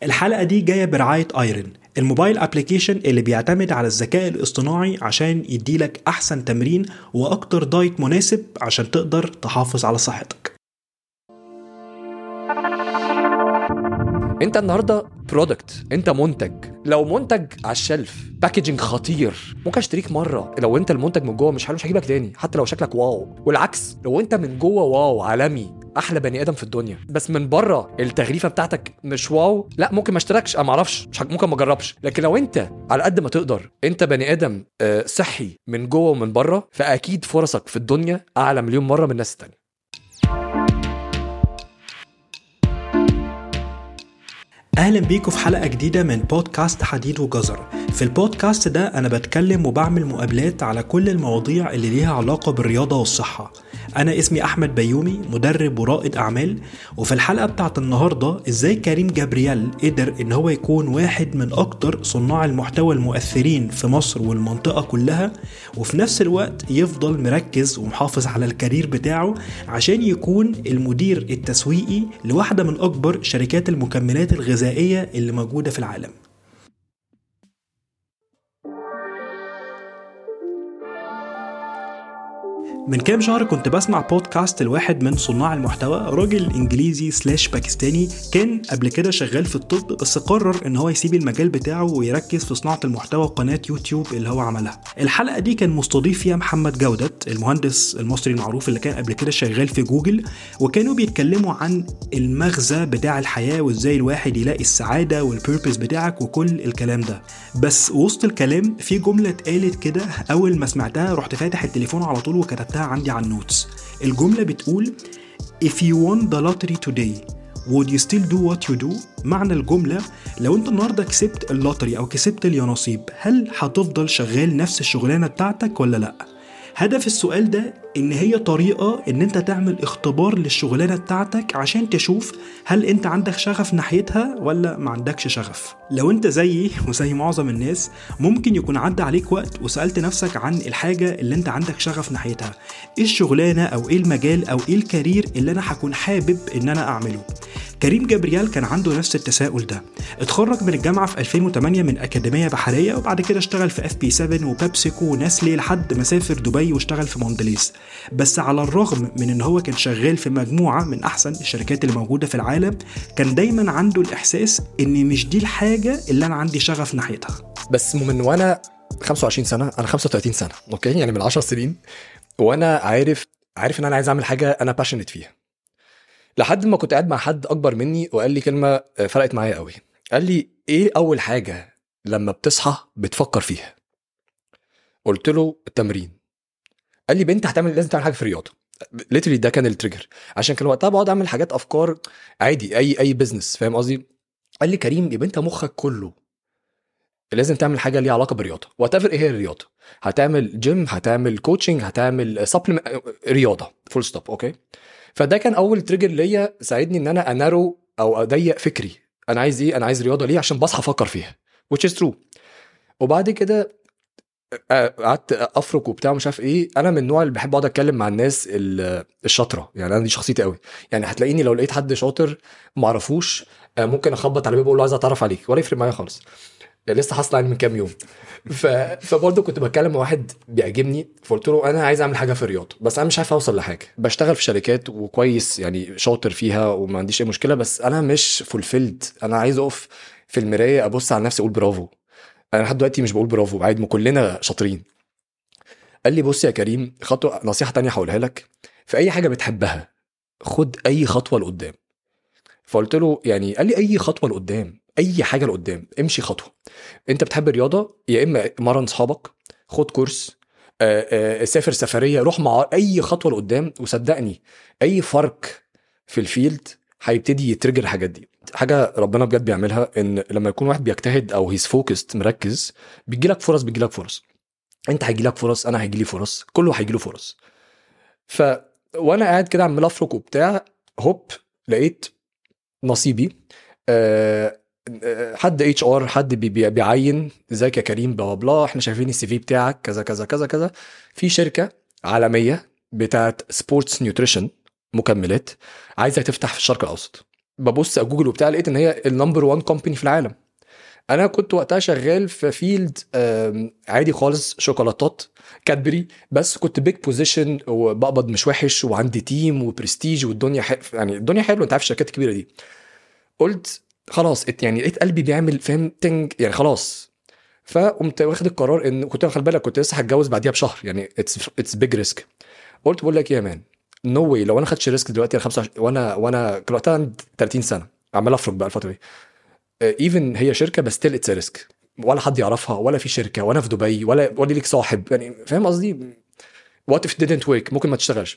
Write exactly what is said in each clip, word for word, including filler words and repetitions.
الحلقة دي جاية برعاية ايرن، الموبايل ابليكيشن اللي بيعتمد على الذكاء الاصطناعي عشان يديلك احسن تمرين واكتر دايت مناسب عشان تقدر تحافظ على صحتك. انت النهارده برودكت، انت منتج. لو منتج على الشلف باكيجنج خطير ممكن اشتريك مره، لو انت المنتج من جوه مش حلو مش هجيبك تاني حتى لو شكلك واو. والعكس، لو انت من جوه واو عالمي، احلى بني ادم في الدنيا، بس من بره التغليفه بتاعتك مش واو، لا ممكن ما اشتركش، انا ما اعرفش، مش ممكن ما اجربش. لكن لو انت على قد ما تقدر انت بني ادم صحي من جوه ومن بره، فاكيد فرصك في الدنيا اعلى مليون مره من الناس التانية. اهلا بيكم في حلقة جديدة من بودكاست حديد وجزر. في البودكاست ده انا بتكلم وبعمل مقابلات على كل المواضيع اللي ليها علاقة بالرياضة والصحة. انا اسمي احمد بيومي، مدرب ورائد اعمال. وفي الحلقة بتاعت النهاردة ازاي كريم جابرييل قدر ان هو يكون واحد من اكتر صناع المحتوى المؤثرين في مصر والمنطقة كلها، وفي نفس الوقت يفضل مركز ومحافظ على الكارير بتاعه عشان يكون المدير التسويقي لواحدة من اكبر شركات المكملات الغذائية اللي موجودة في العالم. من كام شهر كنت بسمع بودكاست الواحد من صناع المحتوى، راجل انجليزي سلاش باكستاني، كان قبل كده شغال في الطب بس قرر ان هو يسيب المجال بتاعه ويركز في صناعة المحتوى وقناة يوتيوب اللي هو عملها. الحلقة دي كان مستضيف فيها محمد جودت، المهندس المصري المعروف اللي كان قبل كده شغال في جوجل، وكانوا بيتكلموا عن المغزى بتاع الحياة وازاي الواحد يلاقي السعادة والبيربس بتاعك وكل الكلام ده. بس وسط الكلام في جملة اتقالت كده، اول ما سمعتها رحت فاتح التليفون على طول وكتبتها عندي على النوتس. الجملة بتقول If you won the lottery today would you still do what you do؟ معنى الجملة لو انت النهاردة كسبت اللوتري او كسبت اليانصيب، هل هتفضل شغال نفس الشغلانة بتاعتك ولا لا؟ هدف السؤال ده ان هي طريقة ان انت تعمل اختبار للشغلانة بتاعتك عشان تشوف هل انت عندك شغف ناحيتها ولا ما عندكش شغف. لو انت زيي وزي معظم الناس ممكن يكون عدى عليك وقت وسألت نفسك عن الحاجة اللي انت عندك شغف ناحيتها، ايه الشغلانة او ايه المجال او ايه الكارير اللي انا هكون حابب ان انا اعمله. كريم جابرييل كان عنده نفس التساؤل ده. اتخرج من الجامعة في ألفين وثمانية من أكاديمية بحرية، وبعد كده اشتغل في اف بي سفن وبيبسيكو ونسلي لحد ما سافر دبي واشتغل في موندليز. بس على الرغم من ان هو كان شغال في مجموعة من احسن الشركات اللي موجودة في العالم، كان دايما عنده الاحساس ان مش دي الحاجة اللي انا عندي شغف ناحيتها. بس من وانا خمسة وعشرين سنة، انا خمسة وثلاثين سنة، اوكي، يعني من عشر سنين وانا عارف عارف ان انا عايز اعمل حاجة انا باشنت فيها. لحد ما كنت قاعد مع حد اكبر مني وقال لي كلمة فرقت معايا قوي. قال لي ايه اول حاجة لما بتصحى بتفكر فيها؟ قلت له التمرين. قال لي بنت هتعمل لازم تعمل حاجة في الرياضة. ليترلي ده كان التريجر، عشان كان وقتها بقعد اعمل حاجات افكار عادي، اي اي بزنس، فاهم قصدي؟ قال لي كريم يبقى انت مخك كله لازم تعمل حاجه ليها علاقه بالرياضه، واتفر ايه هي الرياضه. هتعمل جيم، هتعمل كوتشنج، هتعمل سبلمنت، رياضه فول ستوب. اوكي، فده كان اول تريجر ليا ساعدني ان انا انارو او اضيق فكري. انا عايز ايه؟ انا عايز رياضه ليه؟ عشان بصحى افكر فيها which is true. وبعد كده قعدت افرك وبتاع مش عارف ايه. انا من النوع اللي بحب اقعد اتكلم مع الناس الشاطره، يعني انا دي شخصيتي قوي. يعني هتلاقيني لو لقيت حد شاطر ما اعرفوش ممكن اخبط على بيبه اقول له عايز اتعرف عليك، ولا يفرق معايا خالص. لسه حاصل عني من كام يوم. ف... فبرضه كنت بتكلم مع واحد بيعجبني، فقلت له انا عايز اعمل حاجه في الرياضه، بس انا مش عارف اوصل لحاجه. بشتغل في شركات وكويس يعني شاطر فيها وما عنديش اي مشكله، بس انا مش فولفيلد. انا عايز اقف في المرايه ابص على نفسي اقول برافو. انا لحد دلوقتي مش بقول برافو، عادي، ما كلنا شاطرين. قال لي بص يا كريم، خطوه نصيحه تانية هقولها لك، في اي حاجه بتحبها خد اي خطوه لقدام. فقلت له يعني؟ قال لي اي خطوه لقدام، اي حاجه لقدام، امشي خطوه. انت بتحب الرياضه، يا اما مرن صحابك، خد كورس، آآ آآ سافر سفريه، روح مع اي خطوه لقدام. وصدقني اي فرق في الفيلد هيبتدي يترجر الحاجات دي. حاجه ربنا بجد بيعملها ان لما يكون واحد بيجتهد او هيز فوكست مركز، بيجيلك فرص بيجيلك فرص انت هيجيلك فرص، انا هيجيلي فرص، كله هيجيله فرص. ف وانا قاعد كده عمال افرك وبتاع، هوب لقيت نصيبي. أه حد اتش ار، حد بي بي بيعين، ازيك يا كريم بلا بلا، احنا شايفين السي في بتاعك كذا كذا كذا كذا، في شركه عالميه بتاعت سبورتس نيوتريشن مكملات عايزه تفتح في الشرق الاوسط. ببص على جوجل وبتاع لقيت ان هي النمبر وان كومباني في العالم. انا كنت وقتها شغال في فيلد عادي خالص، شوكولاتات كادبري، بس كنت بيج بوزيشن وبقبض مش وحش وعندي تيم وبرستيج والدنيا ح... يعني الدنيا حلوه، انت عارف الشركات الكبيره دي. قلت خلاص يعني لقيت قلبي بيعمل فاهم تنج يعني خلاص. فقمت واخد القرار ان كنت خلي بالك كنت لسه هتجوز بعديها بشهر، يعني اتس اتس بيج ريسك. قلت بقول لك ايه يا مان، نو واي لو انا خدتش ريسك دلوقتي انا خمسة وعشرين وانا وانا كنت وقتها عندي ثلاثين سنه عمال افرج بقى الفتره دي. ايفن هي شركه بس ستيل اتس ريسك، ولا حد يعرفها ولا في شركه وانا في دبي ولا ولا ليك صاحب، يعني فاهم قصدي؟ وات اف didn't work ممكن ما تشتغلش.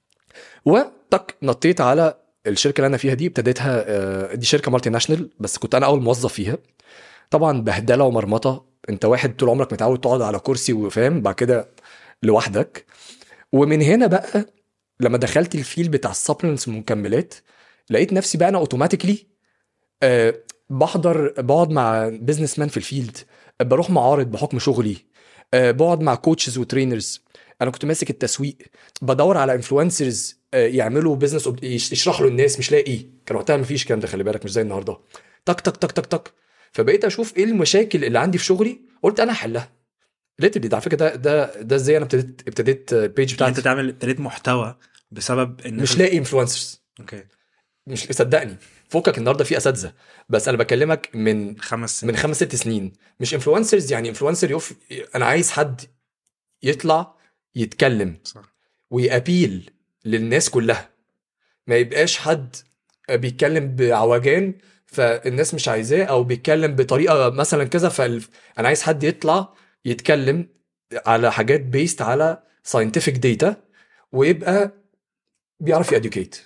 وتك نطيت على الشركه اللي انا فيها دي، ابتديتها دي شركه مالتي ناشونال بس كنت انا اول موظف فيها. طبعا بهدله ومرمطه، انت واحد طول عمرك متعود تقعد على كرسي وفاهم بعد كده لوحدك. ومن هنا بقى لما دخلت الفيل بتاع السبلمنتس والمكملات لقيت نفسي بقى انا اوتوماتيكلي أه بحضر بقعد مع بيزنس مان في الفيلد، بروح معارض بحكم شغلي، أه بقعد مع كوتشز وترينرز. انا كنت ماسك التسويق، بدور على انفلونسرز أه يعملوا بيزنس يشرحوا للناس، مش لاقي كان وقتها مفيش كلام ده خلي بالك مش زي النهارده. تك تك تك تك تك فبقيت اشوف ايه المشاكل اللي عندي في شغلي، قلت انا احلها ليترلي. ده على فكره ده ده ده ازاي انا ابتديت ابتديت البيج بتاعتي. انت تعمل ابتديت محتوى بسبب ان مش لاقي انفلونسرز. اوكي مش صدقني فوقك النهارده في اساتذه، بس انا بكلمك من خمس سنين. من خمس ست سنين. مش انفلونسرز يعني انفلونسر يوف، انا عايز حد يطلع يتكلم صح. ويابيل للناس كلها، ما يبقاش حد بيتكلم بعوجان فالناس مش عايزاه، او بيتكلم بطريقه مثلا كذا. فانا عايز حد يطلع يتكلم على حاجات بيست على scientific data ويبقى بيعرف يادوكيت.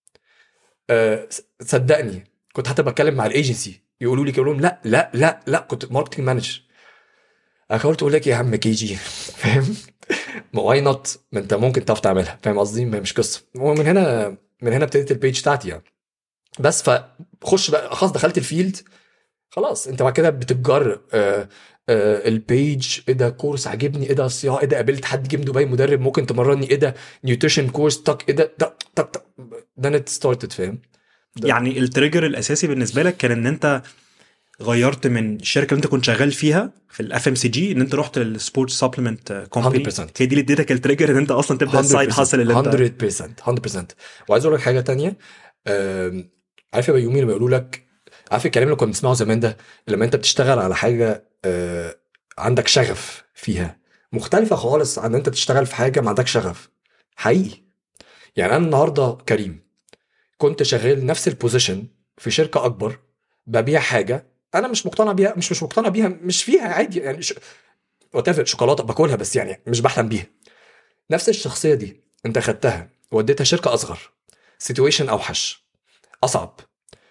أه صدقني كنت حتى بتكلم مع الايجنسي يقولوا لي يقولوا لهم لا لا لا لا كنت ماركتنج مانجر. انا قلت اقول لك يا عم كي جي فاهم واي نوت، ما انت ممكن تعرف تعملها، فاهم قصدي؟ مش قصه. ومن هنا من هنا ابتديت البيج بتاعتي يعني. بس فخش بقى خلاص دخلت الفيلد خلاص، انت بعد كده بتتجر آه آه البيج، ايه ده كورس عجبني، ايه ده صياعه، ايه ده قابلت حد جه من دبي مدرب ممكن تمرني، ايه ده نيوتريشن كورس تك، ايه ده تك تك تك ده نت ستارتد فاهم. يعني التريجر الاساسي بالنسبه لك كان ان انت غيرت من الشركه اللي انت كنت شغال فيها في الاف ام سي جي ان انت رحت للسبورت سبلمنت كومباني. هي دي اللي اديتك التريجر ان انت اصلا تبدا السايد هاسل اللي انت مية بالمية مية بالمية. وعايز اقول لك حاجه تانية، عارف يا بيومي لما يقولوا لك، عارف الكلام اللي كنا بنسمعه زمان ده، لما انت بتشتغل على حاجه آه عندك شغف فيها مختلفه خالص عن انت تشتغل في حاجه ما عندك شغف حقيقي. يعني انا النهارده كريم كنت شغال نفس البوزيشن في شركه اكبر ببيع حاجه انا مش مقتنع بيها، مش مش مقتنع بيها مش فيها عادي يعني ش... وتفق شوكولاته باكلها بس يعني مش بحلم بيها. نفس الشخصيه دي انت خدتها وديتها شركه اصغر، سيتويشن اوحش اصعب،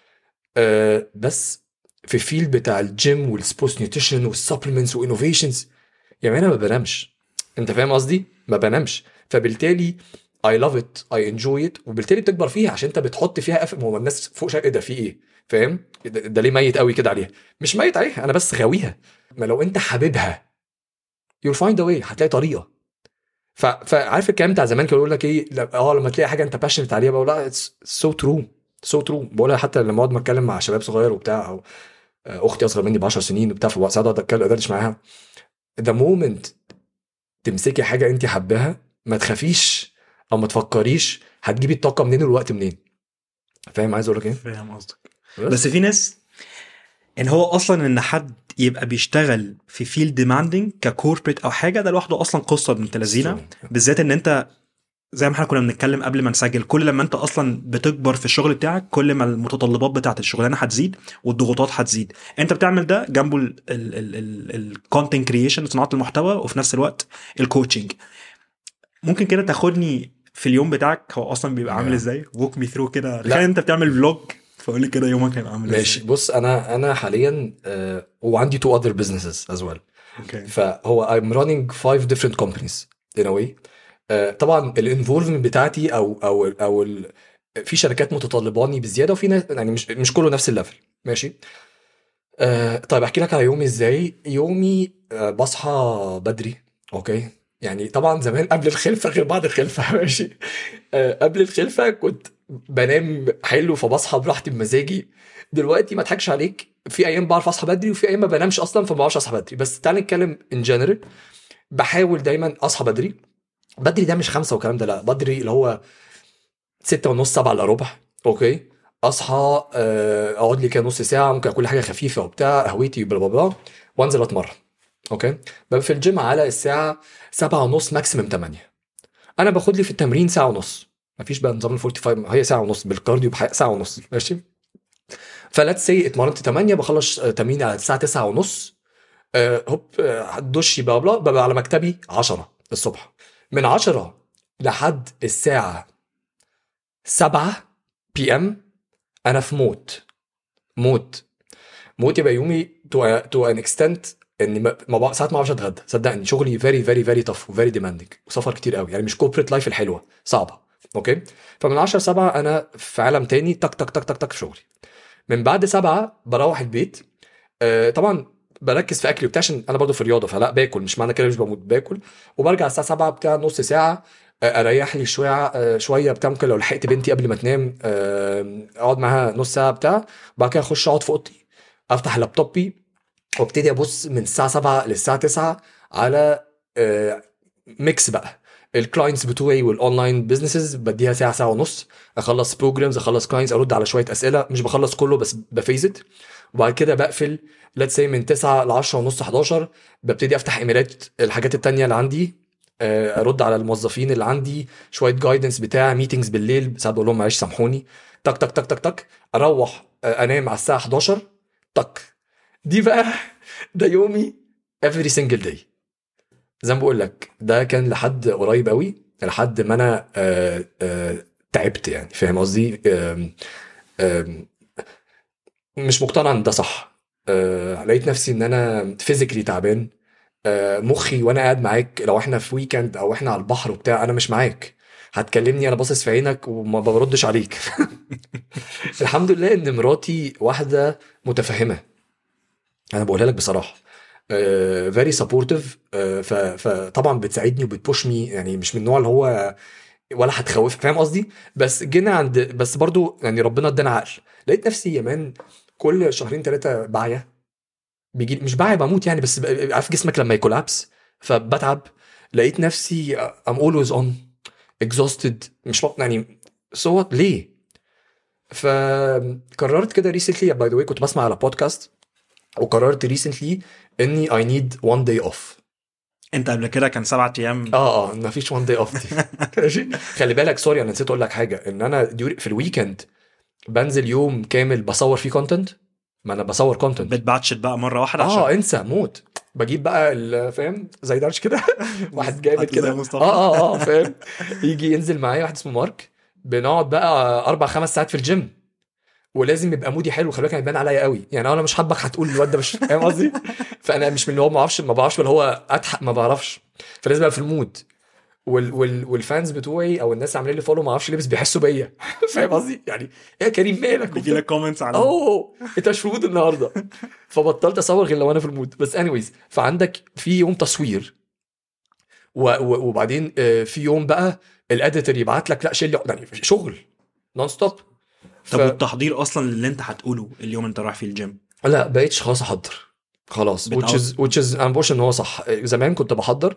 أه بس في الفيلد بتاع الجيم والسبورتس نيوتريشن والسبلمنتس وانوفيشنز، يعني انا ما بنامش، انت فاهم قصدي؟ ما بنامش. فبالتالي I love it I enjoy it، وبالتالي بتكبر فيها عشان انت بتحط فيها أف... هو الناس فوق شايف ايه ده في ايه فاهم ده, ده ليه ميت قوي كده عليها؟ مش ميت عليها انا بس غاويها. ما لو انت حاببها you'll find a way، هتلاقي طريقه. ف... فعارف الكلام بتاع زمان كانوا يقول لك ايه، اه لما تلاقي حاجه انت باشنت عليها بقول لا سو ترو سو ترو. بقولها حتى لما اقعد اتكلم مع شباب صغير وبتاع، او اختي اصغر مني ب عشر سنين وبتاع، في ساعات اقعد اتكلم ادردش معاها، the moment تمسكي حاجه انت حباها ما تخافيش او ما تفكريش هتجيبي الطاقه منين والوقت منين. فاهم عايز اقول لك ايه؟ فاهم قصدك. بس. بس في ناس ان هو اصلا ان حد يبقى بيشتغل في فيلد ديماندنج ككوربريت او حاجه، ده لوحده اصلا قصه بنت لذينه، بالذات ان انت زي ما احنا كنا بنتكلم قبل ما نسجل، كل لما انت اصلا بتكبر في الشغل بتاعك كل ما المتطلبات بتاعه الشغلانه هتزيد والضغوطات هتزيد. انت بتعمل ده جنبه الكونتنت كرييشن صناعه المحتوى، وفي نفس الوقت الكوتشنج. ممكن كده تاخدني في اليوم بتاعك هو اصلا بيبقى عامل ازاي؟ ووك مي ثرو كده. تخيل انت بتعمل فلوج فقول لي كده يومك هيبقى عامل ازاي. ماشي بص، انا انا حاليا آه وعندي two other businesses as well. okay. فهو I'm running five different companies in a way. آه طبعا الانفولفمنت بتاعتي او او او ال... في شركات متطلباني بزياده، وفي ناس يعني مش مش كله نفس الليفل. ماشي آه طيب احكي لك على يومي ازاي. يومي آه بصحى بدري اوكي، يعني طبعا زمان قبل الخلفه غير بعد الخلفه. ماشي آه قبل الخلفه كنت بنام حلو فبصحى براحتي بمزاجي. دلوقتي ما اضحكش عليك، في ايام بعرف اصحى بدري وفي ايام ما بنامش اصلا فما بعرفش اصحى بدري. بس تعال نتكلم ان جنرال، بحاول دايما اصحى بدري. بدري ده مش خمسة والكلام ده، لا بدري اللي هو ستة ونص سبعة الا ربع. اوكي اصحى اقعد لي كده نص ساعه، ممكن اكل حاجه خفيفه وبتاع قهوتي بلا بلا بلا وانزل اتمرن. اوكي ببقى في الجيم على الساعه سبعة ونص ماكسيمم تمانية. انا باخد لي في التمرين ساعه ونص، مفيش بقى نظام ال خمسة وأربعين، هي ساعه ونص بالكارديو بحق ساعه ونص ماشي. فلات سي اتمرنت تمانية، بخلص تمرين على الساعه تسعة ونص. أه هوب أه دشي بلا بلا، ببقى على مكتبي عشرة الصبح. من عشرة لحد الساعه سبعة بي ام انا في موت موت موت. يبقى يومي تو تو ان اكستنت ان ما ما- ساعات ما بعرفش اتغدى. صدقني شغلي فيري فيري فيري تف وفيري ديماندنج وسفر كتير قوي، يعني مش كوربريت لايف الحلوه، صعبه. اوكي فمن عشرة سبعة انا في عالم تاني، تك تك تك تك تك في شغلي. من بعد سبعة بروح البيت. آه طبعا بركز في اكلي وبتاع عشان انا برضو في الرياضه، فلا باكل، مش معنى كده مش بموت، باكل. وبرجع الساعه سبعة بتاع نص ساعه، آه، اريح لي شويه آه، شويه بتاع. ممكن لو لحقت بنتي قبل ما تنام آه، اقعد معاها نص ساعه بتاع. وبعد كده اخش اقعد في اوضتي، افتح لابتوبي وابتدي ابص من الساعه سبعة للساعه تسعة على آه، ميكس بقى الكلاينتس بتوعي والاونلاين بزنسز. بديها ساعه ساعه ونص، اخلص بروجرامز، اخلص كلاينتس، ارد على شويه اسئله، مش بخلص كله بس بفيزت. وبعد كده بقفل ليتس سي من تسعة ل عشرة ونص حداشر. ببتدي افتح ايميلات الحاجات التانية اللي عندي، آه، ارد على الموظفين اللي عندي، شويه جايدنس بتاع ميتينجز بالليل، ساعات بقول لهم معلش سامحوني. تك تك تك تك تك اروح آه، انام على الساعه حداشر. تك دي بقى ده يومي every single day. زي ما بقول لك ده كان لحد قريب قوي، لحد ما انا آه آه تعبت يعني، فاهم قصدي. آم، آم، مش مقتنع ان ده صح. آه لقيت نفسي ان انا فيزيكلي تعبان. آه مخي وانا قاعد معاك، لو احنا في ويكند او احنا على البحر وبتاع انا مش معاك، هتكلمني انا باصص في عينك وما بردش عليك. الحمد لله ان مراتي واحده متفهمه، انا بقولها لك بصراحه. فيري سبورتيف. فطبعا بتساعدني وبتبوش مي، يعني مش من النوع اللي هو ولا هتخوفك، فاهم قصدي. بس جينا عند، بس برضو يعني ربنا ادانا عقل. لقيت نفسي يمان كل شهرين ثلاثه بعيا، بيجي مش بعيا بموت يعني، بس ب- عارف جسمك لما يكولابس فبتعب. لقيت نفسي I'm always on exhausted، مش مط- يعني صوت ليه. فقررت كده ريسنتلي، باي ذا واي كنت بسمع على بودكاست، وقررت ريسنتلي اني I need one day off. انت قبل كده كان سبعة ايام. اه اه ما فيش وان داي اوف دي. ماشي خلي بالك، سوري انا نسيت اقول لك حاجه، ان انا ديوري- في الويكند بنزل يوم كامل بصور فيه كونتنت. ما انا بصور كونتنت. بتباتشت بقى مره واحده اه عشان انسى موت. بجيب بقى ال- فاهم زي دارش كده. واحد جامد حد زي كده. مصطفى. اه اه اه فاهم. يجي ينزل معايا واحد اسمه مارك، بنقعد بقى اربع خمس ساعات في الجيم. ولازم يبقى مودي حلو، خلي بالك هيبان عليا قوي يعني، انا مش حابك هتقول الواد ده مش فاهم قصدي. فانا مش من اللي هو ما بعرفش ما بعرفش ولا هو اضحك ما بعرفش، فلازم ابقى في المود. وال وال والفانز بتوعي او الناس عاملين لي فولو ما اعرفش ليه بس بيحسوا بيا. فاهم قصدي يعني ايه يا كريم مالك بيجي لك كومنتس على اوه انت مش في المود النهارده. فبطلت اصور غير لو انا في المود. بس انيويز، فعندك في يوم تصوير و و وبعدين آه، في يوم بقى الاديتور يبعت لك لا شيل يعني شغل نون ستوب. طب والتحضير اصلا اللي انت هتقوله اليوم انت رايح فيه الجيم؟ لا بقيتش خلاص احضر خلاص. which بتعود. is which is انا بقولش ان هو صح. زمان كنت بحضر،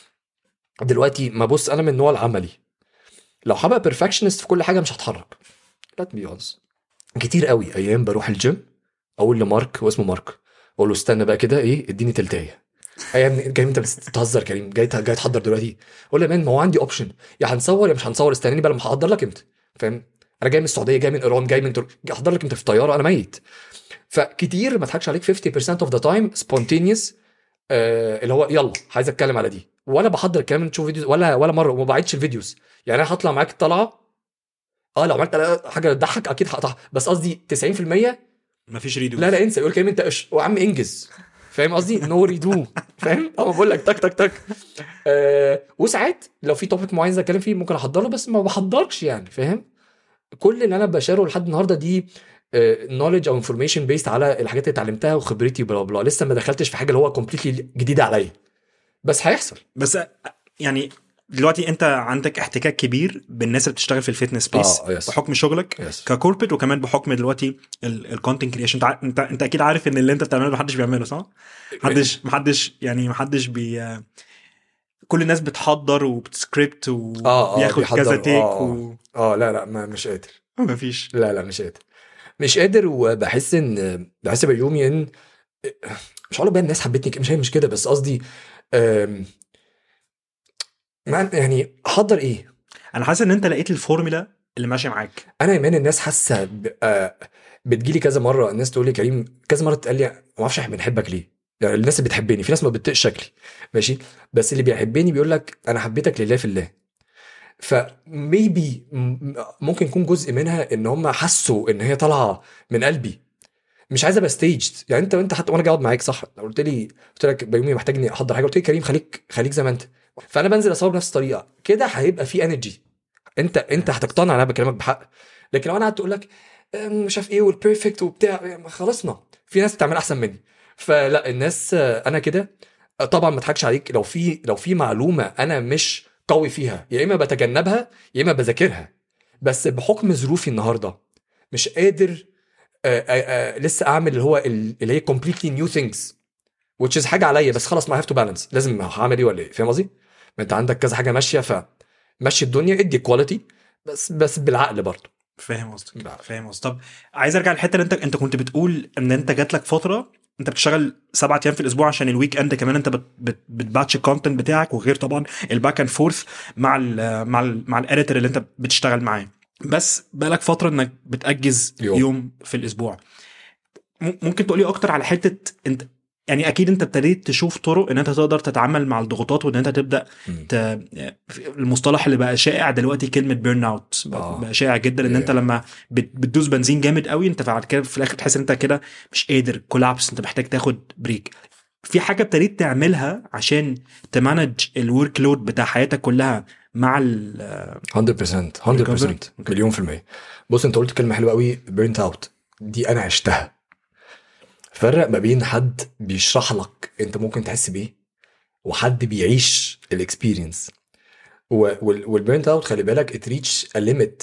دلوقتي ما بص انا من النوع العملي. لو هبقى بيرفكشنست في كل حاجه مش هتحرك. let me be honest. كتير قوي ايام بروح الجيم اقول لمارك، واسمه مارك، اقول له استنى بقى كده ايه اديني تلتايه. ايام جاي انت بتهزر كريم، جاي جاي تحضر دلوقتي؟ اقول له يا مان ما هو عندي اوبشن، يا هنصور يا مش هنصور، استناني بقى لما هحضر لك امتى. فاهم انا جاي من السعوديه، جاي من ايران، جاي من تركيا، احضر لك انت في الطياره انا ميت. فكتير ما اضحكش عليك خمسين بالمية of the time spontaneous. آه اللي هو يلا عايز اتكلم على دي، ولا بحضر الكلام تشوف فيديوز ولا ولا مره، وما بعيدش الفيديوز. يعني انا هطلع معاك الطلعه اه لو عملت حاجه تضحك اكيد هقطعها، بس قصدي تسعين بالمية مفيش ريدو. لا لا انسى. يقول كلمه انت ايش وعم انجز، فاهم قصدي نو ريدو. فاهم انا بقول لك تك تك تك. آه وساعات لو في توبيك معين عايز اتكلم فيه ممكن احضره، بس ما بحضرش يعني، فاهم. كل اللي انا بشاره لحد النهارده دي نوليدج او انفورميشن بيست على الحاجات اللي اتعلمتها وخبرتي بلا بلا. لسه ما دخلتش في حاجه اللي هو كومبليتلي جديده عليا، بس هيحصل. بس يعني دلوقتي انت عندك احتكاك كبير بالناس اللي بتشتغل في الفيتنس سبيس آه، yes. بحكم شغلك yes. ككوربريت، وكمان بحكم دلوقتي الكونتنت كريشن. انت انت انت اكيد عارف ان اللي انت بتعمله محدش بيعمله، صح؟ محدش محدش يعني محدش بي كل الناس بتحضر وبتسكريبت وبياخد آه، آه، كذا بيحضر. تيك آه، و اه لا لا ما مش قادر. ما فيش. لا لا مش قادر مش قادر وبحس ان بحس بيومي ان مش هقول بقى الناس حبتني ك- مش هي مش كده، بس قصدي آم، ما يعني احضر ايه. انا حاسس ان انت لقيت الفورمولا اللي ماشيه معاك. انا ايمان الناس حاسه ب- آه، بتجيلي كذا مره الناس تقول لي كريم كذا مره تقول لي ما اعرفش احنا بنحبك ليه. يعني الناس اللي بتحبني في ناس ما بتطيقش شكلي ماشي، بس اللي بيحبني بيقول لك انا حبيتك لله في الله. فميبي ممكن يكون جزء منها ان هم حسوا ان هي طالعه من قلبي، مش عايز ابقى ستيجد. يعني انت وانت حتى وانا قاعد معاك صح قلت لي قلت لك بيومي محتاج اني احضر حاجه، قلت لي كريم خليك خليك زي ما انت. فانا بنزل اصور بنفس الطريقه كده هيبقى في انرجي، انت انت هتقتنع انا بكلمك بحق. لكن لو انا قعدت اقول لك أم، مش عارف ايه والبيرفكت وبتاع خلصنا، في ناس بتعمل احسن مني. فلا الناس آه، انا كده آه، طبعا ما اضحكش عليك، لو في لو في معلومه انا مش قوي فيها يا اما بتجنبها يا اما بذاكرها، بس بحكم ظروفي النهارده مش قادر آه، آه، آه، لسه اعمل اللي هو ال- اللي هي completely new things which is حاجه عليا، بس خلاص ما have to balance لازم هعمل ايه ولا ايه. فاهم قصدي؟ ما انت عندك كذا حاجه ماشيه فمشي الدنيا ادي كواليتي بس بس بالعقل برضه. فاهم قصدك بالعقل. فاهم قصدك. طب عايز ارجع للحته اللي انت انت كنت بتقول ان انت جات لك فتره انت بتشتغل سبعة ايام في الاسبوع عشان الويك اند كمان انت بت بت بتباتش الكونتنت بتاعك، وغير طبعا الباك اند فورث مع ال مع ال مع الاديتور اللي انت بتشتغل معاه، بس بقالك فتره انك بتاجز يوم. يوم في الاسبوع. م- ممكن تقولي اكتر على حته انت يعني اكيد انت ابتديت تشوف طرق ان انت تقدر تتعامل مع الضغوطات وان انت تبدا مم. ت... المصطلح اللي بقى شائع دلوقتي كلمه بيرن اوت آه. بقى شائع جدا ان Yeah. انت لما بت... بتدوس بنزين جامد قوي انت بعد كده في الاخر تحس ان انت كده مش قادر كولابس، انت محتاج تاخد بريك. في حاجه ابتديت تعملها عشان تمانج الورك لود بتاع حياتك كلها مع ال مية بالمية مية بالمية Okay. مليون في المية. بص انت قلت كلمة حلوة قوي بيرنت اوت، دي انا عشتها. فرق ما بين حد بيشرح لك انت ممكن تحس بيه وحد بيعيش الاكسبيرينس. والبيرنت اوت خلي بالك ات ريتش ا ليميت.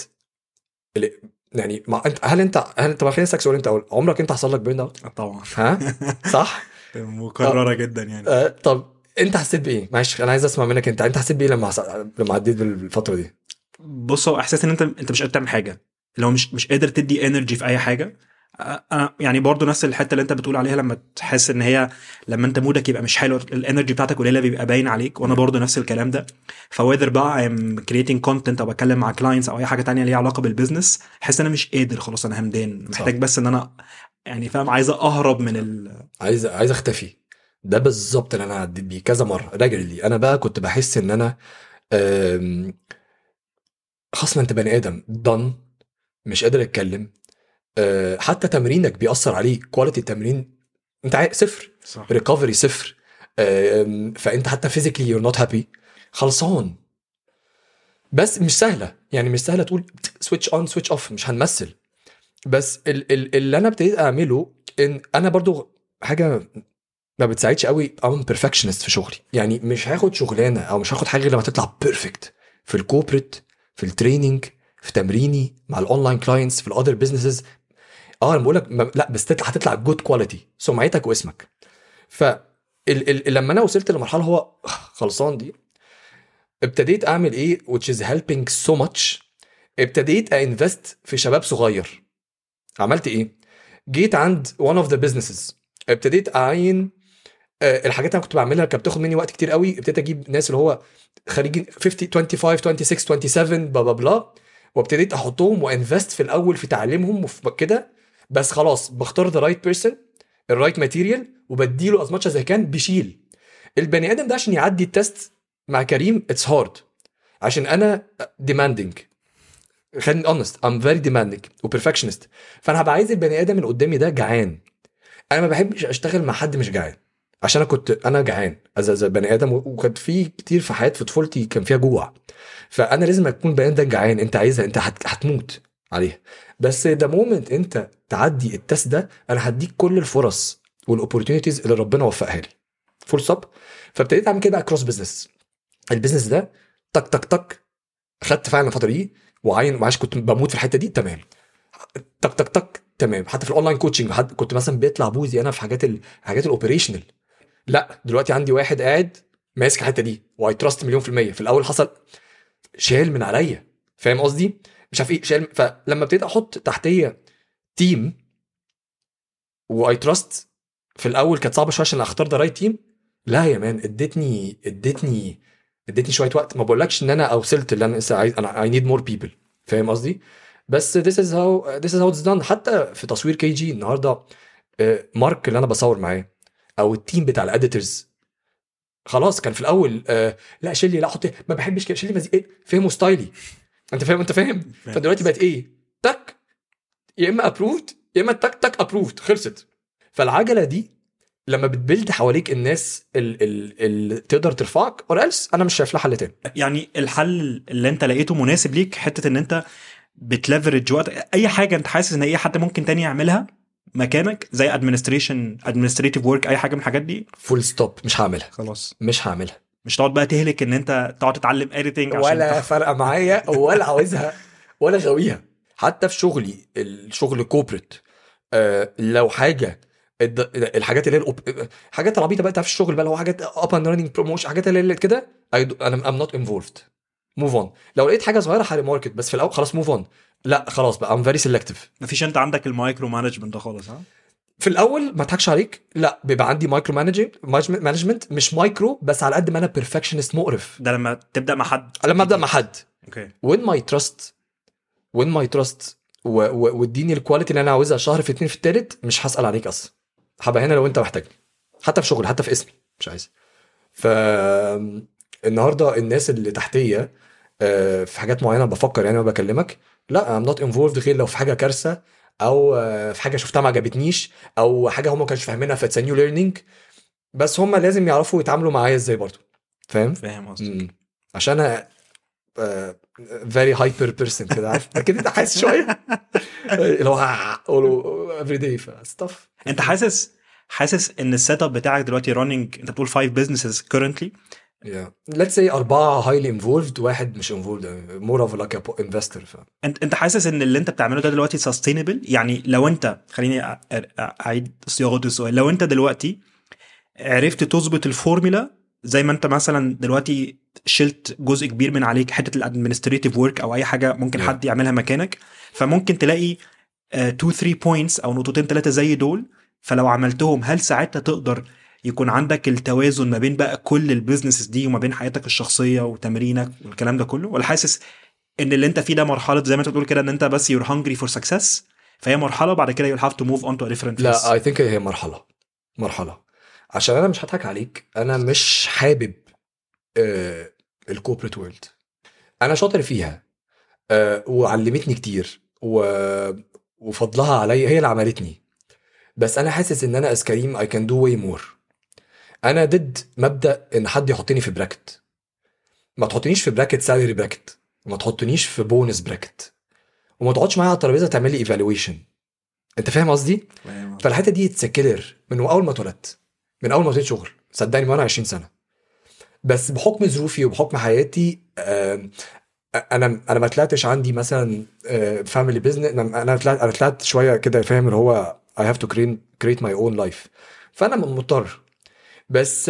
يعني ما انت هل انت هل انت ما خليني اسالك سؤال، انت أول. عمرك انت حصل لك بيرنت اوت؟ طبعا ها صح مكرره جدا يعني. آه طب انت حسيت بايه؟ معلش انا عايز اسمع منك انت انت حسيت بايه لما حس... لما عديت بالفتره دي؟ بص هو احساس ان انت انت مش قادر تعمل حاجه، لو مش مش قادر تدي انرجي في اي حاجه. انا يعني برضو نفس الحته اللي انت بتقول عليها لما تحس ان هي لما انت مودك يبقى مش حلو الانرجي بتاعتك قليله بيبقى باين عليك، وانا برضو نفس الكلام ده. فوذر بقى ام كرييتنج كونتنت او بتكلم مع كلاينتس او اي حاجه تانية ليها علاقه بالبيزنس، احس ان انا مش قادر خلاص، انا همدان محتاج بس ان انا يعني فاهم عايز اهرب من ال عايز عايز اختفي. ده بالظبط اللي انا عديت بيه كذا مره راجل. انا بقى كنت بحس ان انا أم... خلاص ما انت بني ادم ضن مش قادر اتكلم. أه حتى تمرينك بيأثر عليك، كواليتي التمرين انت عاي... صفر، صح. ريكفري صفر. أم... فانت حتى فيزيكلي يور نوت هابي خلصان. بس مش سهله، يعني مش سهله تقول سويتش اون سويتش اوف، مش هنمثل. بس ال... ال... اللي انا ابتديت اعمله ان انا برضو حاجه ما بتساعدش قوي ام بيرفكشنست في شغلي. يعني مش هاخد شغلانه او مش هاخد حاجه غير لما تطلع بيرفكت في الكوربريت، في التريننج، في تمريني مع الاونلاين كلاينتس، في الاذر بزنسز. اه انا بقول لك لا بس تطلع هتطلع جود كواليتي سمعتك واسمك. ف ال ال لما انا وصلت لمرحله هو خلصان دي ابتديت اعمل ايه which is helping so much. ابتديت انفست في شباب صغير. عملت ايه؟ جيت عند one of the businesses ابتديت اعين الحاجات اللي انا كنت بعملها كانت بتاخد مني وقت كتير قوي. ابتديت اجيب ناس اللي هو خريجين خمسين خمسة وعشرين ستة وعشرين سبعة وعشرين بلا بلا، وابتديت احطهم وانفست في الاول في تعليمهم وفي كده. بس خلاص بختار ذا رايت بيرسون الرايت ماتيريال وبديله از ماتش زي كان بيشيل البني ادم ده عشان يعدي التست مع كريم. اتس هارد عشان انا demanding، خليني honest I'm very demanding و perfectionist. فانا هبقى عايز البني ادم اللي قدامي ده جعان. انا ما بحبش اشتغل مع حد مش جعان عشان انا كنت انا جعان از بني ادم، وكانت في كتير في حياتي في طفولتي كان فيها جوع. فانا لازم اكون بني ادم جعان انت عايزها انت هت... هتموت عليها. بس ده مومنت انت تعدي التست ده انا هديك كل الفرص والاوبورتونيتيز اللي ربنا وفقها لي فول ستوب. فابتديت اعمل كده اكروس بزنس. البيزنس ده تك تك تك خدت فعلا الفتره دي وعين معاش كنت بموت في الحته دي تمام تك تك تك تمام. حتى في الاونلاين كوتشنج حد كنت مثلا بيطلع بوزي انا في حاجات ال... حاجات الاوبريشنال، لا دلوقتي عندي واحد قاعد ماسك الحته دي واي تراست مليون في الميه. في الاول حصل شال من عليا، فاهم قصدي؟ مش عارف ايه شال. فلما ابتديت احط تحتيه تيم واي تراست في الاول كانت صعبه شويه عشان اختار ذا رايت تيم. لا يا مان ادتني ادتني ادتني شويه وقت. ما بقولكش ان انا وصلت اللي انا لسه عايز، انا اي نيد مور بيبل، فاهم قصدي؟ بس this is how this is how it's done. حتى في تصوير كي جي النهارده مارك اللي انا بصور معاه او التيم بتاع الاديتورز خلاص كان في الاول آه لا شيلي لا حط ما بحبش كده شيلي مزيق ايه فهموا ستايلي انت فاهم انت فاهم فدلوقتي بقت ايه تك يا اما ابروفد يا اما تك تك ابروفد خلصت. فالعجله دي لما بتبلد حواليك الناس اللي تقدر ترفعك or else انا مش شايف لها حل تاني. يعني الحل اللي انت لقيته مناسب ليك حته ان انت بتليفرج وقت اي حاجه انت حاسس ان اي حد ممكن تاني يعملها مكانك زي administration administrative work اي حاجه من الحاجات دي فول ستوب مش هعملها خلاص مش هعملها. مش تقعد بقى تهلك ان انت تقعد تتعلم editing ولا فرقه معايا ولا عاوزها ولا غاويها. حتى في شغلي الشغل كوربريت آه لو حاجه الحاجات اللي هي حاجات العبيطه بقى في الشغل بقى لو حاجات اب اند راننج بروموشن حاجات اللي كده انا ام نوت انفولفد موف اون. لو لقيت حاجه صغيره حالي ماركت بس في الاول خلاص موف اون لا خلاص بقى ام فيري سيلكتيف. مفيش انت عندك المايكرو مانجمنت ده خالص ها في الاول ما اضحكش عليك لا بيبقى عندي مايكرو مانجمنت مش مايكرو بس على قد ما انا بيرفكشنست مقرف. ده لما تبدا مع حد لما ابدا مع حد اوكي وين ماي تراست وين ماي تراست واديني الكواليتي اللي انا عاوزها شهر في اتنين في التالت مش هسال عليك اصلا هبقى هنا لو انت محتاجني حتى في شغل حتى في اسمي مش عايز. فالنهارده الناس اللي تحتيه في حاجات معينه بفكر يعني ما بكلمك لا I'm not involved غير لو في حاجه كارثه او في حاجه شفتها ما عجبتنيش او حاجه هم ما كانوش فاهمينها في نيو ليرنينج بس هم لازم يعرفوا يتعاملوا معايا ازاي برضو فاهم فاهم قصدك عشان انا very hyper person كده عارف كده انت حاسس شويه اللي هو every day stuff. انت حاسس حاسس ان السيت اب بتاعك دلوقتي running انت بتقول five businesses currently yeah let's say أربعة highly involved واحد مش involved more of like a investor ف... انت انت حاسس ان اللي انت بتعمله ده دلوقتي sustainable يعني لو انت خليني اعيد صياغه السؤال لو انت دلوقتي عرفت تظبط الفورمولا زي ما انت مثلا دلوقتي شلت جزء كبير من عليك حته الادمنستريتيف ورك او اي حاجه ممكن yeah. حد يعملها مكانك فممكن تلاقي اتنين تلاتة بوينتس او نقطتين ثلاثه زي دول فلو عملتهم هل ساعتها تقدر يكون عندك التوازن ما بين بقى كل البيزنسز دي وما بين حياتك الشخصيه وتمرينك والكلام ده كله ولا حاسس ان اللي انت فيه ده مرحله زي ما انت بتقول كده ان انت بس you're hungry for success فهي مرحله بعد كده you'll have to move on to a different phase؟ لا I think هي مرحله مرحله عشان انا مش هضحك عليك انا مش حابب آه الكوربريت وورلد. انا شاطر فيها آه وعلمتني كتير و... وفضلها عليا هي اللي عملتني بس انا حاسس ان انا اسكريم I can do way more. انا ضد مبدأ ان حد يحطني في براكت. ما تحطنيش في براكت سالري براكت وما تحطنيش في بونس براكت وما تقعدش معايا على الترابيزه تعمل لي ايفالويشن. انت فاهم قصدي؟ فالحته دي تسكلر من اول ما اتولدت من اول ما ابتديت شغل صدقني وانا عشرين سنه بس بحكم ظروفي وبحكم حياتي انا انا ما طلعتش عندي مثلا فاميلي بيزنس انا طلعت انا طلعت شويه كده فاهم اللي هو I have to create create my own life فانا مضطر بس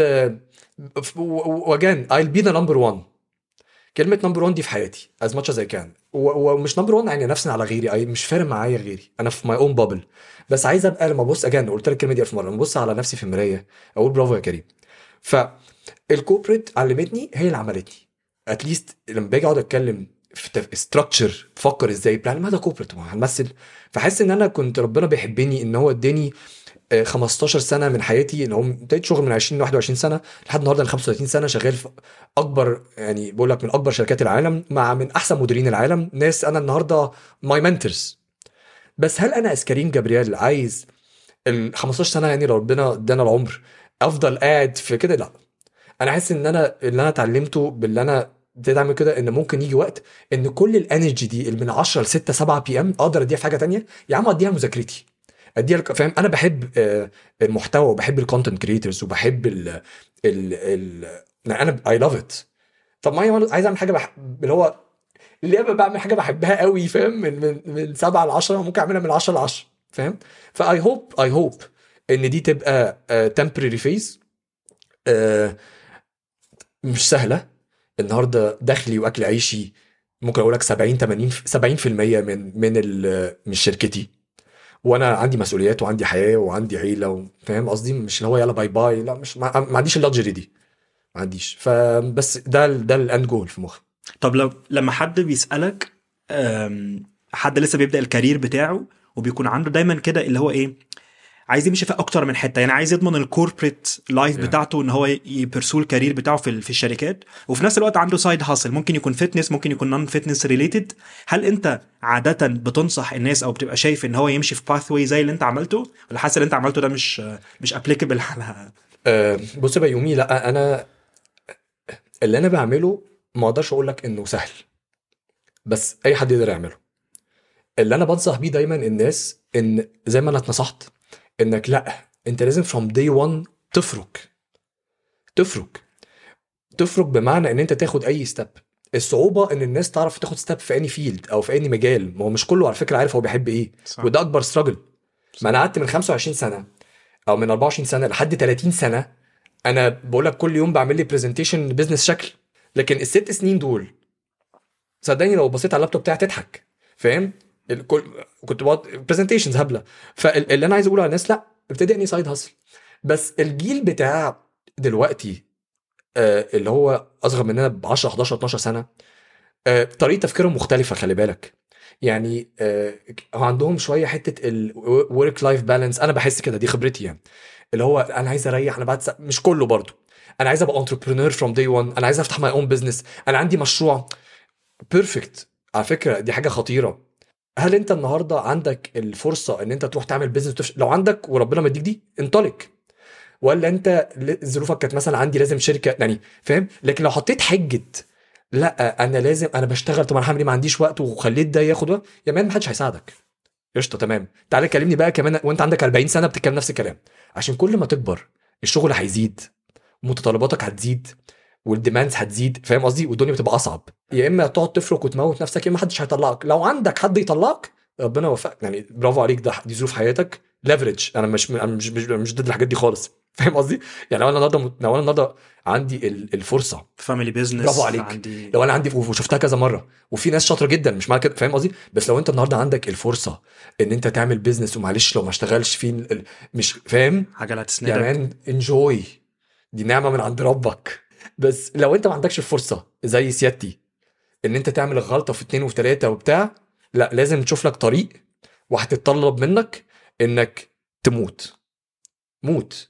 وجان I'll be the number one. كلمه number one دي في حياتي as much as I can ومش number one يعني نفسي على غيري مش فارق معايا غيري انا في my own bubble بس عايز ابقى لما ابص اجان قلت لك الكلمه دي الف مره لما ابص على نفسي في المرايه اقول برافو يا كريم. فالكوربريت علمتني هي اللي عملتني اتليست لما باجي اقعد اتكلم في ستراكشر فكر ازاي بلان ماذا كوربريت هنمثل فحس ان انا كنت ربنا بيحبني ان هو اداني خمستاشر سنه من حياتي ان هو ابتديت شغل من عشرين لواحد وعشرين سنه لحد النهارده انا خمسة وتلاتين سنه شغال في اكبر يعني بقول لك من اكبر شركات العالم مع من احسن مديرين العالم ناس انا النهارده ماي منتورز. بس هل انا اسكريم جابرييل عايز ال خمستاشر سنه يعني لو ربنا ادانا العمر افضل قاعد في كده؟ لا انا حاسس ان انا اللي انا اتعلمته باللي انا ابتديت اعمل كده ان ممكن يجي وقت ان كل الانرجي دي اللي من عشرة ل ستة سبعة بي ام اقدر اديها في حاجه تانية يا عم اديها مذاكرتي اديها فاهم. انا بحب المحتوى وبحب الكونتنت كريتورز وبحب ال ال ال انا اي لاف ات طب ما عايز اعمل حاجه بح... اللي هو اللي انا بعمل حاجه بحبها قوي فاهم من من من سبعة ل عشرة ممكن اعملها من عشرة ل عشرة فاهم. فاي هوب اي هوب ان دي تبقى تمبرري فيز مش سهله. النهارده دخلي واكل عيشي ممكن اقول لك سبعين ثمانين سبعين في المية من من من شركتي، وانا عندي مسؤوليات وعندي حياه وعندي عيله فاهم قصدي. مش اللي هو يلا باي باي، لا مش ما ما عنديش اللكجري دي، ما عنديش. فبس ده ده الاند جول في مخي. طب لو لما حد بيسالك أم، حد لسه بيبدا الكارير بتاعه وبيكون عنده دايما كده اللي هو ايه عايز يمشي في اكتر من حته، يعني عايز يضمن الكوربريت لايف Yeah. بتاعته ان هو يبرسول الكارير بتاعه في في الشركات، وفي نفس الوقت عنده سايد هاسل ممكن يكون فتنس ممكن يكون نون فتنس ريليتد. هل انت عاده بتنصح الناس او بتبقى شايف ان هو يمشي في باثوي زي اللي انت عملته، ولا حاسس اللي انت عملته ده مش مش ابليكابل على أه بص بقى يومي، لا انا اللي انا بعمله ما اقدرش اقول لك انه سهل، بس اي حد يقدر يعمله. اللي انا بنصح بيه دايما الناس ان زي ما انا اتنصحت انك لا انت لازم from day one تفرك تفرك تفرك بمعنى ان انت تاخد اي ستيب. الصعوبه ان الناس تعرف تاخد ستيب في اني فيلد او في اني مجال، ما هو مش كله على فكره عارف هو بيحب ايه. صح. وده اكبر ستراجل. ما انا قعدت من خمسة وعشرين سنه او من أربعة وعشرين سنه لحد ثلاثين سنه انا بقول لك كل يوم بعمل لي برزنتيشن بزنس شكل، لكن الست سنين دول صدقني لو بصيت على اللابتوب بتاعي تضحك فاهم. الكل كنت بقعد برزنتيشنز هبله. فاللي انا عايز اقوله على الناس لا ابتدي اني سايد هاسل. بس الجيل بتاع دلوقتي آه اللي هو اصغر مننا ب عشرة حداشر اتناشر سنه آه طريقه تفكيرهم مختلفه خلي بالك. يعني آه عندهم شويه حته الورك لايف بالانس، انا بحس كده دي خبرتي يعني. اللي هو انا عايز اريح انا بعد س... مش كله برضو. انا عايز ابقى انتربرينور فروم داي واحد، انا عايز افتح ماي اون بزنس، انا عندي مشروع بيرفكت. على فكره دي حاجه خطيره. هل انت النهارده عندك الفرصه ان انت تروح تعمل بيزنس وتفش... لو عندك وربنا مديك دي انطلق، ولا انت ظروفك كانت مثلا عندي لازم شركه يعني فاهم. لكن لو حطيت حجه لا انا لازم انا بشتغل طب انا هعمل ايه ما عنديش وقت وخليت ده ياخد وقت، يا مان ما حدش هيساعدك. قشطه تمام. تعالى كلمني بقى كمان وانت عندك أربعين سنه بتتكلم نفس الكلام، عشان كل ما تكبر الشغل هيزيد ومتطلباتك هتزيد والديماندز هتزيد فاهم قصدي، والدنيا بتبقى اصعب. يا اما تقعد تفرك وتموت نفسك يا اما محدش هيطلعك. لو عندك حد يطلعك ربنا يوفقك يعني برافو عليك، ده دي ظروف حياتك ليفرج. انا مش انا مش مش, مش ضد الحاجات دي خالص فاهم قصدي. يعني لو انا النهارده لو انا النهارده عندي الفرصه فاميلي بيزنس برافو عليك عندي... لو انا عندي وشفتها كذا مره وفي ناس شاطره جدا مش معنى كده فاهم قصدي. بس لو انت النهارده عندك الفرصه ان انت تعمل بيزنس ومعلش لو ما اشتغلش فيه مش فاهم حاجه لا تسندك يا مان انجوي، دي نعمه من عند ربك. بس لو انت ما عندكش الفرصه زي سيادتي ان انت تعمل غلطه في اتنين وفي تلاته وبتاع، لا لازم تشوف لك طريق وهتتطلب منك انك تموت موت.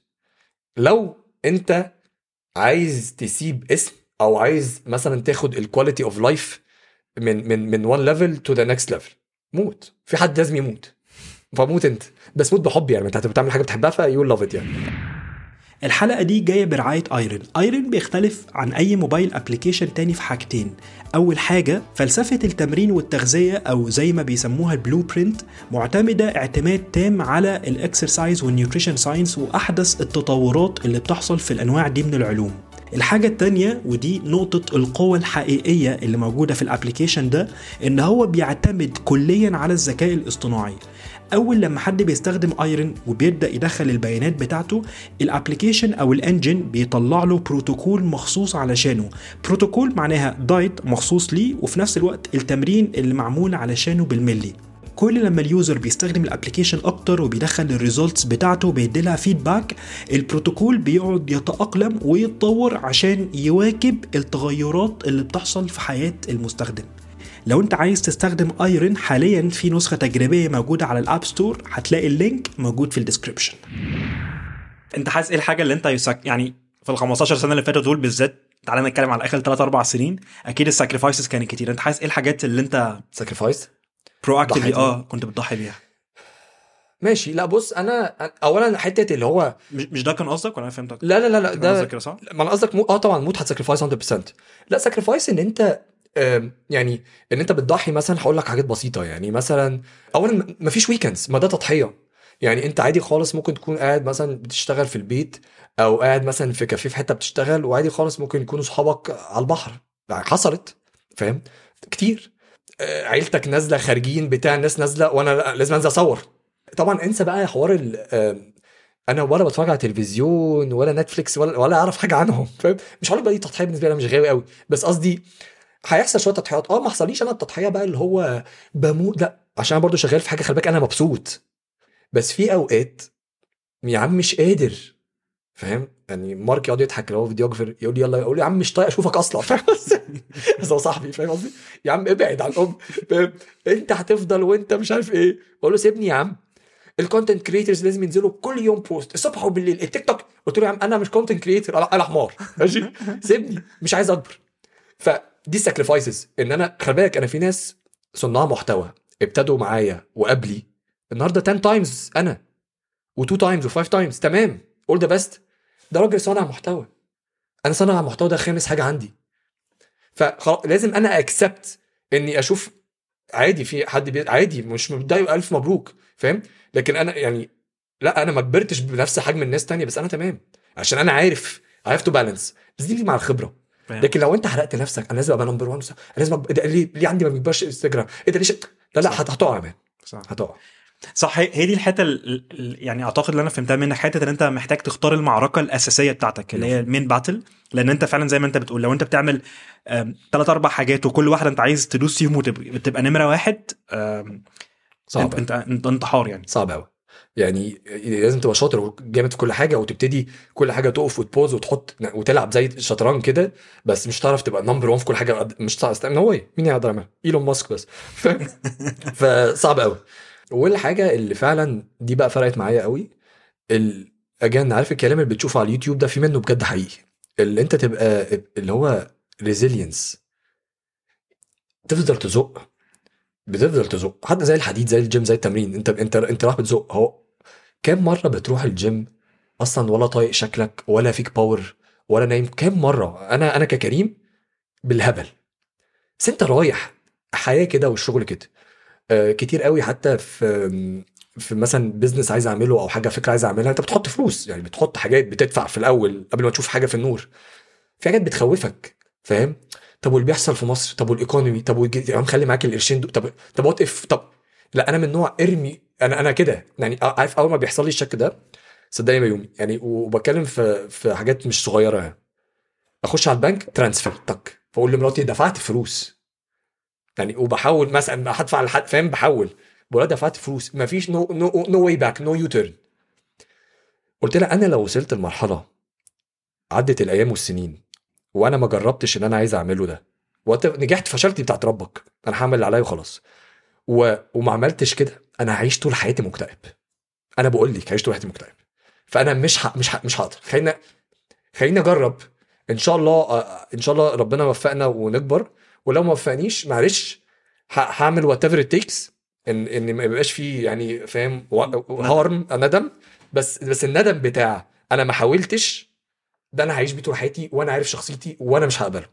لو انت عايز تسيب اسم او عايز مثلا تاخد الكواليتي اوف لايف من من من وان ليفل تو ذا نيكست ليفل، موت. في حد لازم يموت فموت انت، بس موت بحب يعني. انت بتعمل حاجه بتحبها فيو لاف ات يعني. الحلقة دي جاية برعاية ايرن. ايرن بيختلف عن اي موبايل ابليكيشن تاني في حاجتين. اول حاجة فلسفة التمرين والتغذية او زي ما بيسموها البلو برينت، معتمدة اعتماد تام على الاكسرسايز والنيوتريشن ساينس واحدث التطورات اللي بتحصل في الانواع دي من العلوم. الحاجة التانية ودي نقطة القوة الحقيقية اللي موجودة في الابليكيشن ده، ان هو بيعتمد كليا على الذكاء الاصطناعي. اول لما حد بيستخدم ايرن وبيبدا يدخل البيانات بتاعته، الابليكيشن او الانجن بيطلع له بروتوكول مخصوص علشانه. بروتوكول معناها دايت مخصوص ليه، وفي نفس الوقت التمرين اللي معمول علشانه بالملي. كل لما اليوزر بيستخدم الابليكيشن اكتر وبيدخل الريزولتس بتاعته بيديلها فيدباك، البروتوكول بيقعد يتأقلم ويتطور عشان يواكب التغيرات اللي بتحصل في حياة المستخدم. لو انت عايز تستخدم ايرن حاليا في نسخة تجريبية موجودة على الاب ستور، هتلاقي اللينك موجود في الديسكريبشن. انت حاسس ايه الحاجة اللي انت يسك... يعني في ال خمستاشر سنة اللي فاتوا دول بالذات، تعالى نتكلم على اخر ثلاثة أربعة سنين، اكيد الساكريفايسز كانت كتير. انت حاسس ايه الحاجات اللي انت ساكريفايس برو اكتيفلي اه كنت بتضحي بيها؟ ماشي. لا بص انا اولا حته اللي هو مش مش ده كان قصدك ولا انا فهمتك؟ لا لا لا لا ده قصدك صح. ما انا قصدك مو... اه طبعا موت هتساكريفايس مية بالمية. لا ساكريفايس ان انت يعني ان انت بتضحي. مثلا هقول لك حاجات بسيطه يعني مثلا اولا مفيش ويكندز، ما ده تضحيه يعني. انت عادي خالص ممكن تكون قاعد مثلا بتشتغل في البيت او قاعد مثلا في كافيه في حته بتشتغل، وعادي خالص ممكن يكونوا صحابك على البحر حصلت فاهم كتير. عيلتك نازله خارجين بتاع الناس نازله وانا لازم انزل اصور. طبعا انسى بقى حوار انا ولا بتفرج على تلفزيون ولا نتفليكس ولا ولا اعرف حاجه عنهم فاهم. مش هقول بقى دي تضحيه بالنسبه لي، انا مش غاوي قوي، بس قصدي هيحصل شويه تضحيات. اه ما حصليش انا التضحيه بقى اللي هو بموت، لا عشان برضو شغال في حاجه خلي بالك انا مبسوط، بس في اوقات يا عم مش قادر فاهم. يعني مارك يقعد يضحك لو هو فيديوجرافر يقول لي يلا، يقول لي يا عم مش طايق اشوفك اصلا فاهم. بس هو صاحبي فاهم قصدي، يا عم ابعد عن الام فاهم، انت هتفضل وانت مش عارف ايه. بقول له سيبني يا عم، الكونتنت كريتورز لازم ينزلوا كل يوم بوست الصبح وبالليل. التيك توك قلت له يا عم انا مش كونتنت كريتور، انا حمار ماشي سيبني مش عايز اكبر. فدي ساكريفايسز ان انا خلي بالك انا في ناس صناع محتوى ابتدوا معايا وقبلي النهارده عشرة تايمز انا و2 تايمز و5 تايمز تمام all the best. ده راجل صانع محتوى، انا صانع محتوى ده خامس حاجه عندي. فلازم انا اكسبت اني اشوف عادي في حد بي... عادي مش متضايق الف مبروك فاهم. لكن انا يعني لا انا ما كبرتش بنفس حجم الناس تانية، بس انا تمام عشان انا عارف I have to balance. بس دي مع الخبره. لكن لو انت حرقت نفسك انا لازم ابقى نمبر واحد، انا لازم أبقى... ده ليه ليه عندي ما بيكبرش انستجرام ايه ده ليش، لا لا هتقع يا هتقع. صح، هي دي الحته يعني اعتقد اللي انا فهمتها منك، حته ان انت محتاج تختار المعركه الاساسيه بتاعتك اللي هي المين باتل. لان انت فعلا زي ما انت بتقول لو انت بتعمل ثلاث اربع حاجات وكل واحده انت عايز تدوس فيهم وتبقى نمره واحد، صعب انت انت انتحار يعني صعب قوي. يعني لازم تبقى شاطر وجامد في كل حاجه وتبتدي كل حاجه تقف وتبوز وتحط وتلعب زي الشطرنج كده، بس مش تعرف تبقى نمبر واحد في كل حاجه. مش تعرف تعمل هو مين يقدر يعمل ايلون ماسك بس فصعب قوي. والحاجه اللي فعلا دي بقى فرقت معايا قوي الاجان، عارف الكلام اللي بتشوفه على اليوتيوب ده في منه بجد حقيقي، اللي انت تبقى اللي هو ريزيلينس، تفضل تزق بتفضل تزق حتى زي الحديد زي الجيم زي التمرين. انت انت انت راح بتزق اهو. كام مره بتروح الجيم اصلا ولا طايق شكلك ولا فيك باور ولا نايم؟ كام مره انا انا ككريم بالهبل، بس انت رايح حياه كده والشغل كده. آه كتير قوي حتى في في مثلا بيزنس عايز اعمله او حاجه فكره عايز اعملها، انت بتحط فلوس يعني بتحط حاجات بتدفع في الاول قبل ما تشوف حاجه في النور. في حاجات بتخوفك فاهم. طب واللي بيحصل في مصر، طب والايكونومي، طب يا عم خلي معاك القرشين دول، طب طب وات اف، طب لا انا من نوع ارمي انا انا كده يعني. عارف اول ما بيحصل لي الشك ده صدقني ما يومي يعني، وبتكلم في في حاجات مش صغيره يعني. اخش على البنك ترانسفير تك فاقول لمراتي دفعت فلوس يعني، وبحاول مثلا هدفع لحد فاهم، بحول بقول دفعت فلوس ما فيش نو نو نو واي باك نو يو تيرن. قلت لها انا لو وصلت المرحله عدت الايام والسنين وانا ما جربتش ان انا عايز اعمله ده ونجحت فشلت بتاعت ربك، انا هعمل اللي عليا وخلاص. و... وما عملتش كده انا هعيش طول حياتي مكتئب. انا بقول لك هعيش طول حياتي مكتئب. فانا مش ح... مش ح... مش هقدر. خلينا خلينا اجرب ان شاء الله. ان شاء الله ربنا وفقنا ونكبر، ولو ما وفقنيش معلش هعمل وات ايفر ات تيكس ان ان ما يبقاش فيه يعني فاهم هارم ندم. بس بس الندم بتاع انا ما حاولتش ده انا هعيش بيه طول حياتي وانا عارف شخصيتي وانا مش هقبله.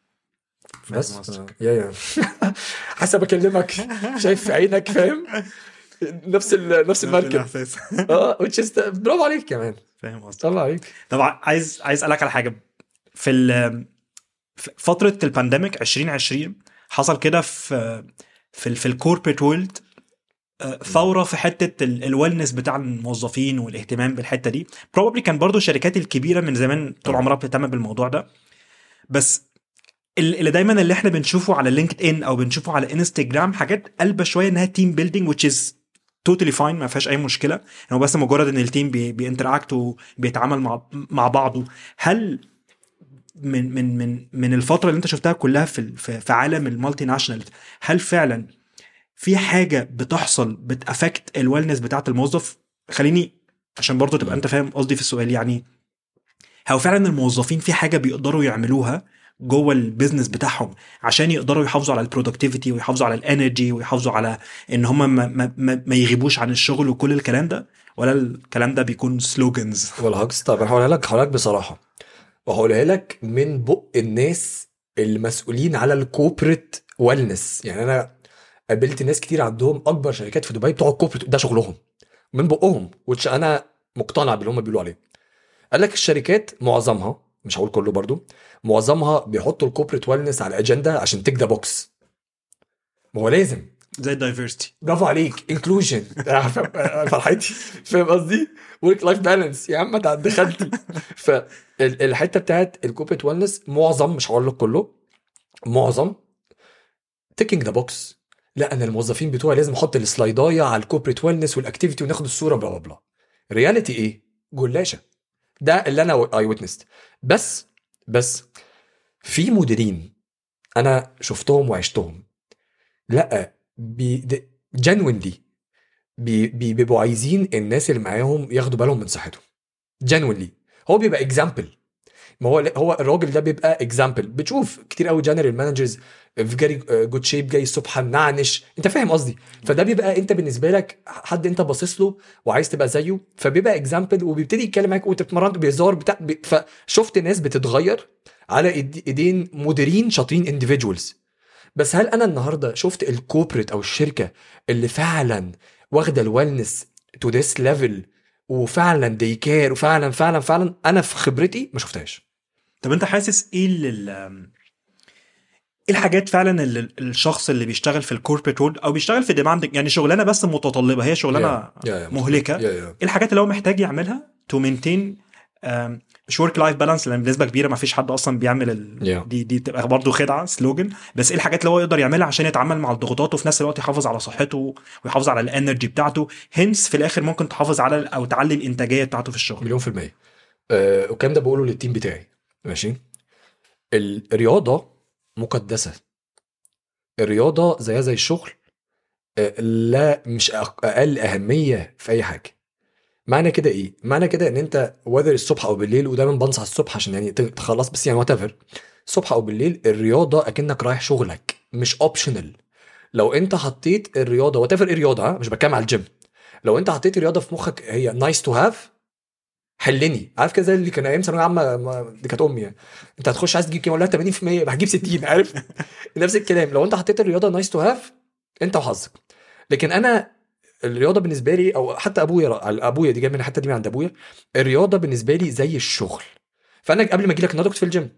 بس يا يا حسب اكلمك شايف في عينك فاهم نفس نفس المركب اه وتشست. برافو عليك كمان فاهم قصدك. طلع عليك. طبعا عايز عايز اسالك على حاجه. في فتره البانديميك عشرين عشرين حصل كده في في في الكوربريت وورلد ثوره في حته الويلنس بتاع الموظفين والاهتمام بالحته دي. بروبلي كان برضو الشركات الكبيره من زمان طول عمرها بتهتم بالموضوع ده، بس اللي دايما اللي احنا بنشوفه على لينكد ان او بنشوفه على انستجرام حاجات قلبه شويه انها تيم بيلدينج which is totally fine ما فيهاش اي مشكله، انه بس مجرد ان التيم بي بينتراكت وبيتعامل مع مع بعضه. هل من من من من الفتره اللي انت شفتها كلها في في عالم المالتي ناشونال هل فعلا في حاجه بتحصل بتافكت الويلنس بتاعه الموظف؟ خليني عشان برضو تبقى انت فاهم قصدي في السؤال. يعني هل فعلا الموظفين في حاجه بيقدروا يعملوها جوه البيزنس بتاعهم عشان يقدروا يحافظوا على البرودكتيفيتي ويحافظوا على الانرجي ويحافظوا على ان هم ما, ما, ما يغيبوش عن الشغل وكل الكلام ده، ولا الكلام ده بيكون سلوجنز والهكس؟ طب هقولها لك هقولها لك بصراحه وهقولها لك من بق الناس المسؤولين على الكوربريت ويلنس. يعني انا قابلت ناس كتير عندهم اكبر شركات في دبي بتوع الكوربريت ده شغلهم من بقهم وتش انا مقتنع باللي هم بيقولوا عليه. قال لك الشركات معظمها مش هقول كله برضو، معظمها بيحطوا الكوربريت ويلنس على الاجنده عشان تيك ذا بوكس. ما هو لازم زي الدايفرستي. برافو عليك، انكلوجن. فرحتي، فاهم قصدي؟ ورك لايف بالانس يا عم انت دخلتي. فالحته بتاعت الكوربريت ويلنس معظم، مش هقول لك كله، معظم تيكينج ذا بوكس. لا انا الموظفين بتوعي لازم احط السلايدايه على الكوربريت ويلنس والاكتيفيتي وناخد الصوره بلا بلا. رياليتي ايه؟ جلاشه. ده اللي انا اي ويتنست. بس بس في مديرين انا شفتهم وعشتهم، لا بي جنوينلي بيبقوا بي عايزين الناس اللي معاهم ياخدوا بالهم من صحتهم. جنوينلي هو بيبقى اكزامبل. ما هو هو الراجل ده بيبقى اكزامبل. بتشوف كتير قوي جنرال مانجرز في جاري جود شيب جاي الصبح منعنش، انت فاهم قصدي؟ فده بيبقى انت بالنسبه لك حد انت باصص له وعايز تبقى زيه، فبيبقى اكزامبل وبيبتدي يتكلم معاك وانت بتتمرن بيهزار بتاع بي... فشفت ناس بتتغير على ايدين مديرين شاطرين individuals. بس هل انا النهارده شفت الكوربريت او الشركه اللي فعلا واخده الويلنس تو ذس ليفل وفعلا دي كير وفعلا فعلا فعلا؟ انا في خبرتي ما شفتهاش. طب انت حاسس ايه اللي ايه الحاجات فعلا اللي الشخص اللي بيشتغل في الكوربريت وورد او بيشتغل في ديماندنج يعني شغلانه بس متطلبه، هي شغلانه yeah, yeah, yeah, مهلكه، yeah, yeah. ايه الحاجات اللي هو محتاج يعملها تو مينتين مش ورك لايف بالانس، لان بنسبه كبيره ما فيش حد اصلا بيعمل ال... yeah. دي دي تبقى برضه خدعه سلوجن، بس ايه الحاجات اللي هو يقدر يعملها عشان يتعامل مع الضغوطات وفي نفس الوقت يحافظ على صحته ويحافظ على الانرجي بتاعته، هنس في الاخر ممكن تحافظ على او تعلي الانتاجيه بتاعته في الشغل. مليون في المية. أه وكان ده بقوله للتيم بتاعي. ماشي، الرياضة مقدسة، الرياضة زيها زي الشغل، أه لا مش أقل أهمية في أي حاجة. معنى كده إيه؟ معنى كده إن أنت وذر الصبح أو بالليل، ودايما بنصح الصبح عشان يعني تخلص، بس يعني whatever الصبح أو بالليل الرياضة أكنك رايح شغلك مش اوبشنال. لو أنت حطيت الرياضة whatever إيه الرياضة، مش بتكلم على الجيم، لو أنت حطيت الرياضة في مخك هي نايس تو هاف، حلني عارف كده زي اللي كان ايام ثانويه عامه دي كانت امي يعني. انت هتخش عايز تجيب كام ولا ثمانين في المية هجيب ستين، عارف؟ نفس الكلام. لو انت حطيت الرياضه نايس تو هاف انت وحظك. لكن انا الرياضه بالنسبه لي او حتى ابويا ابويا دي جايه من الحته دي من عند ابويا، الرياضه بالنسبه لي زي الشغل. فانا قبل ما اجي لك النهارده كنت في الجيم،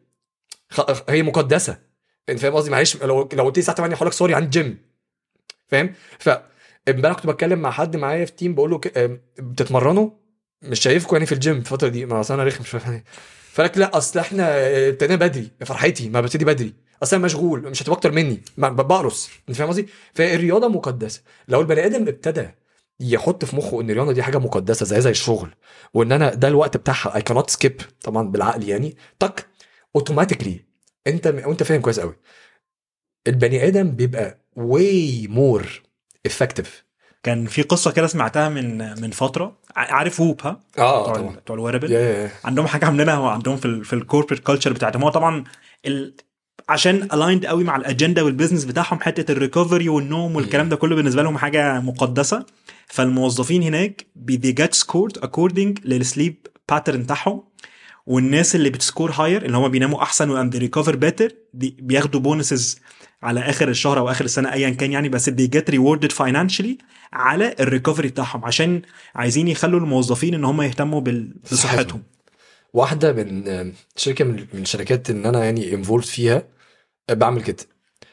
هي مقدسه، انت فاهم قصدي؟ معلش لو لو قلت لي الساعه ثمانية هقول لك سوري عن الجيم، فاهم؟ فامبارح كنت بتكلم مع حد معايا في تيم بقول له بتتمرنوا؟ مش شايفكم يعني في الجيم الفتره دي؟ ما اصل انا رخم مش فاهم. فلك لا اصل احنا ابتدينا بدري، فرحتي ما ببتدي بدري، اصل انا مشغول مش هتبقى اكتر مني بقرص، انت فاهم قصدي؟ فالرياضه مقدسه. لو البني ادم ابتدى يحط في مخه ان الرياضه دي حاجه مقدسه زي زي الشغل، وان انا ده الوقت بتاعها اي كانوت سكيب طبعا بالعقل يعني، تك اوتوماتيكلي انت وانت فاهم كويس قوي البني ادم بيبقى way more effective. كان في قصه كده سمعتها من من فتره، عارف ووب؟ ها اه بتوع بتوع الويربل yeah. عندهم حاجه عاملينها عندهم في ال في الكوربريت كلتشر بتاعتهم. هو طبعا ال... عشان الايند قوي مع الاجنده والبيزنس بتاعهم، حته الريكفري والنوم والكلام ده كله بالنسبه لهم حاجه مقدسه. فالموظفين هناك بي جيت سكورد اكوردنج للسليب باترن بتاعهم، والناس اللي بتسكور هاير اللي هم بيناموا احسن واند ريكفر بيتر بياخدوا بونسز على اخر الشهر او اخر السنه ايا كان يعني، بس دي جيت ريوردد فاينانشلي على الريكفري بتاعهم، عشان عايزين يخلوا الموظفين ان هم يهتموا بصحتهم. واحده من شركه من الشركات ان انا يعني انفولد فيها بعمل كده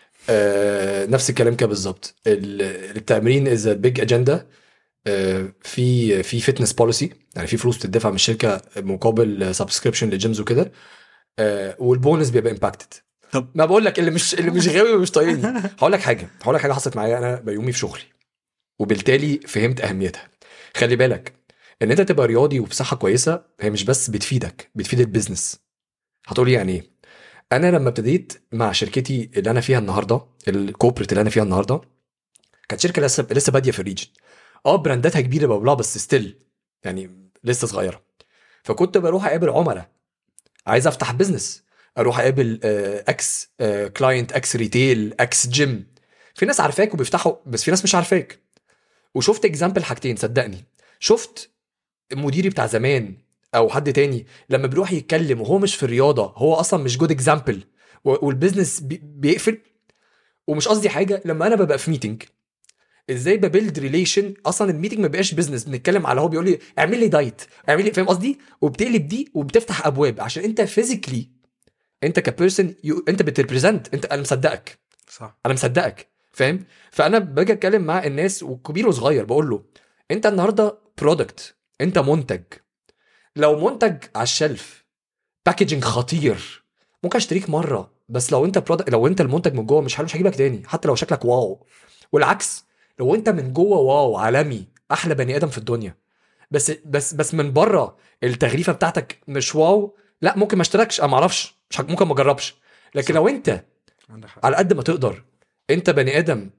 آه نفس الكلام كده بالظبط. التمرين از بيج اجندا، آه في في فيتنس بوليسي، يعني في فلوس بتدفع من الشركه مقابل سبسكريبشن للجيمز وكده، آه والبونس بيبقى امباكتد. طب ما بقول لك اللي مش اللي مش غاوي ومش طايقني، هقول لك حاجه هقول لك حاجه حصلت معايا انا بيومي في شغلي وبالتالي فهمت اهميتها. خلي بالك ان انت تبقى رياضي وبصحه كويسه هي مش بس بتفيدك، بتفيد البيزنس. هتقولي يعني ايه؟ انا لما ابتديت مع شركتي اللي انا فيها النهارده، الكوربريت اللي انا فيها النهارده، كانت شركه لسه لسه باديه في الريجن، اه برانداتها كبيره بقى بس ستيل يعني لسه صغيره. فكنت بروح اقابل عملاء عايز افتح بيزنس، اروح اقابل اكس كلاينت اكس ريتيل اكس جيم، في ناس عارفاك وبيفتحوا بس في ناس مش عارفاك. وشفت اكزامبل حاجتين صدقني، شفت مديري بتاع زمان او حد تاني لما بيروح يتكلم وهو مش في الرياضه هو اصلا مش جود اكزامبل والبيزنس بيقفل. ومش قصدي حاجه، لما انا ببقى في ميتنج ازاي ببيلد ريليشن. اصلا الميتنج ما بقاش بزنس، بنتكلم على هو بيقول لي اعمل لي دايت، اعمل لي، فاهم قصدي؟ وبتقلب دي وبتفتح ابواب عشان انت فيزيكلي، انت كبيرسون انت بتريبريزنت، انت انا مصدقك، صح انا مصدقك، فاهم؟ فانا باجي اتكلم مع الناس وكبير وصغير بقول له انت النهارده برودكت، انت منتج. لو منتج على الشلف باكجينج خطير ممكن اشتريك مره، بس لو انت برودكت، لو انت المنتج من جوه مش حلو مش هجيبك تاني حتى لو شكلك واو. والعكس، لو انت من جوه واو عالمي، احلى بني ادم في الدنيا، بس بس بس من بره التغريفه بتاعتك مش واو، لا ممكن ما اشتركش، انا ما اعرفش، مش ممكن ما اجربش. لكن صح. لو انت على قد ما تقدر انت بني ادم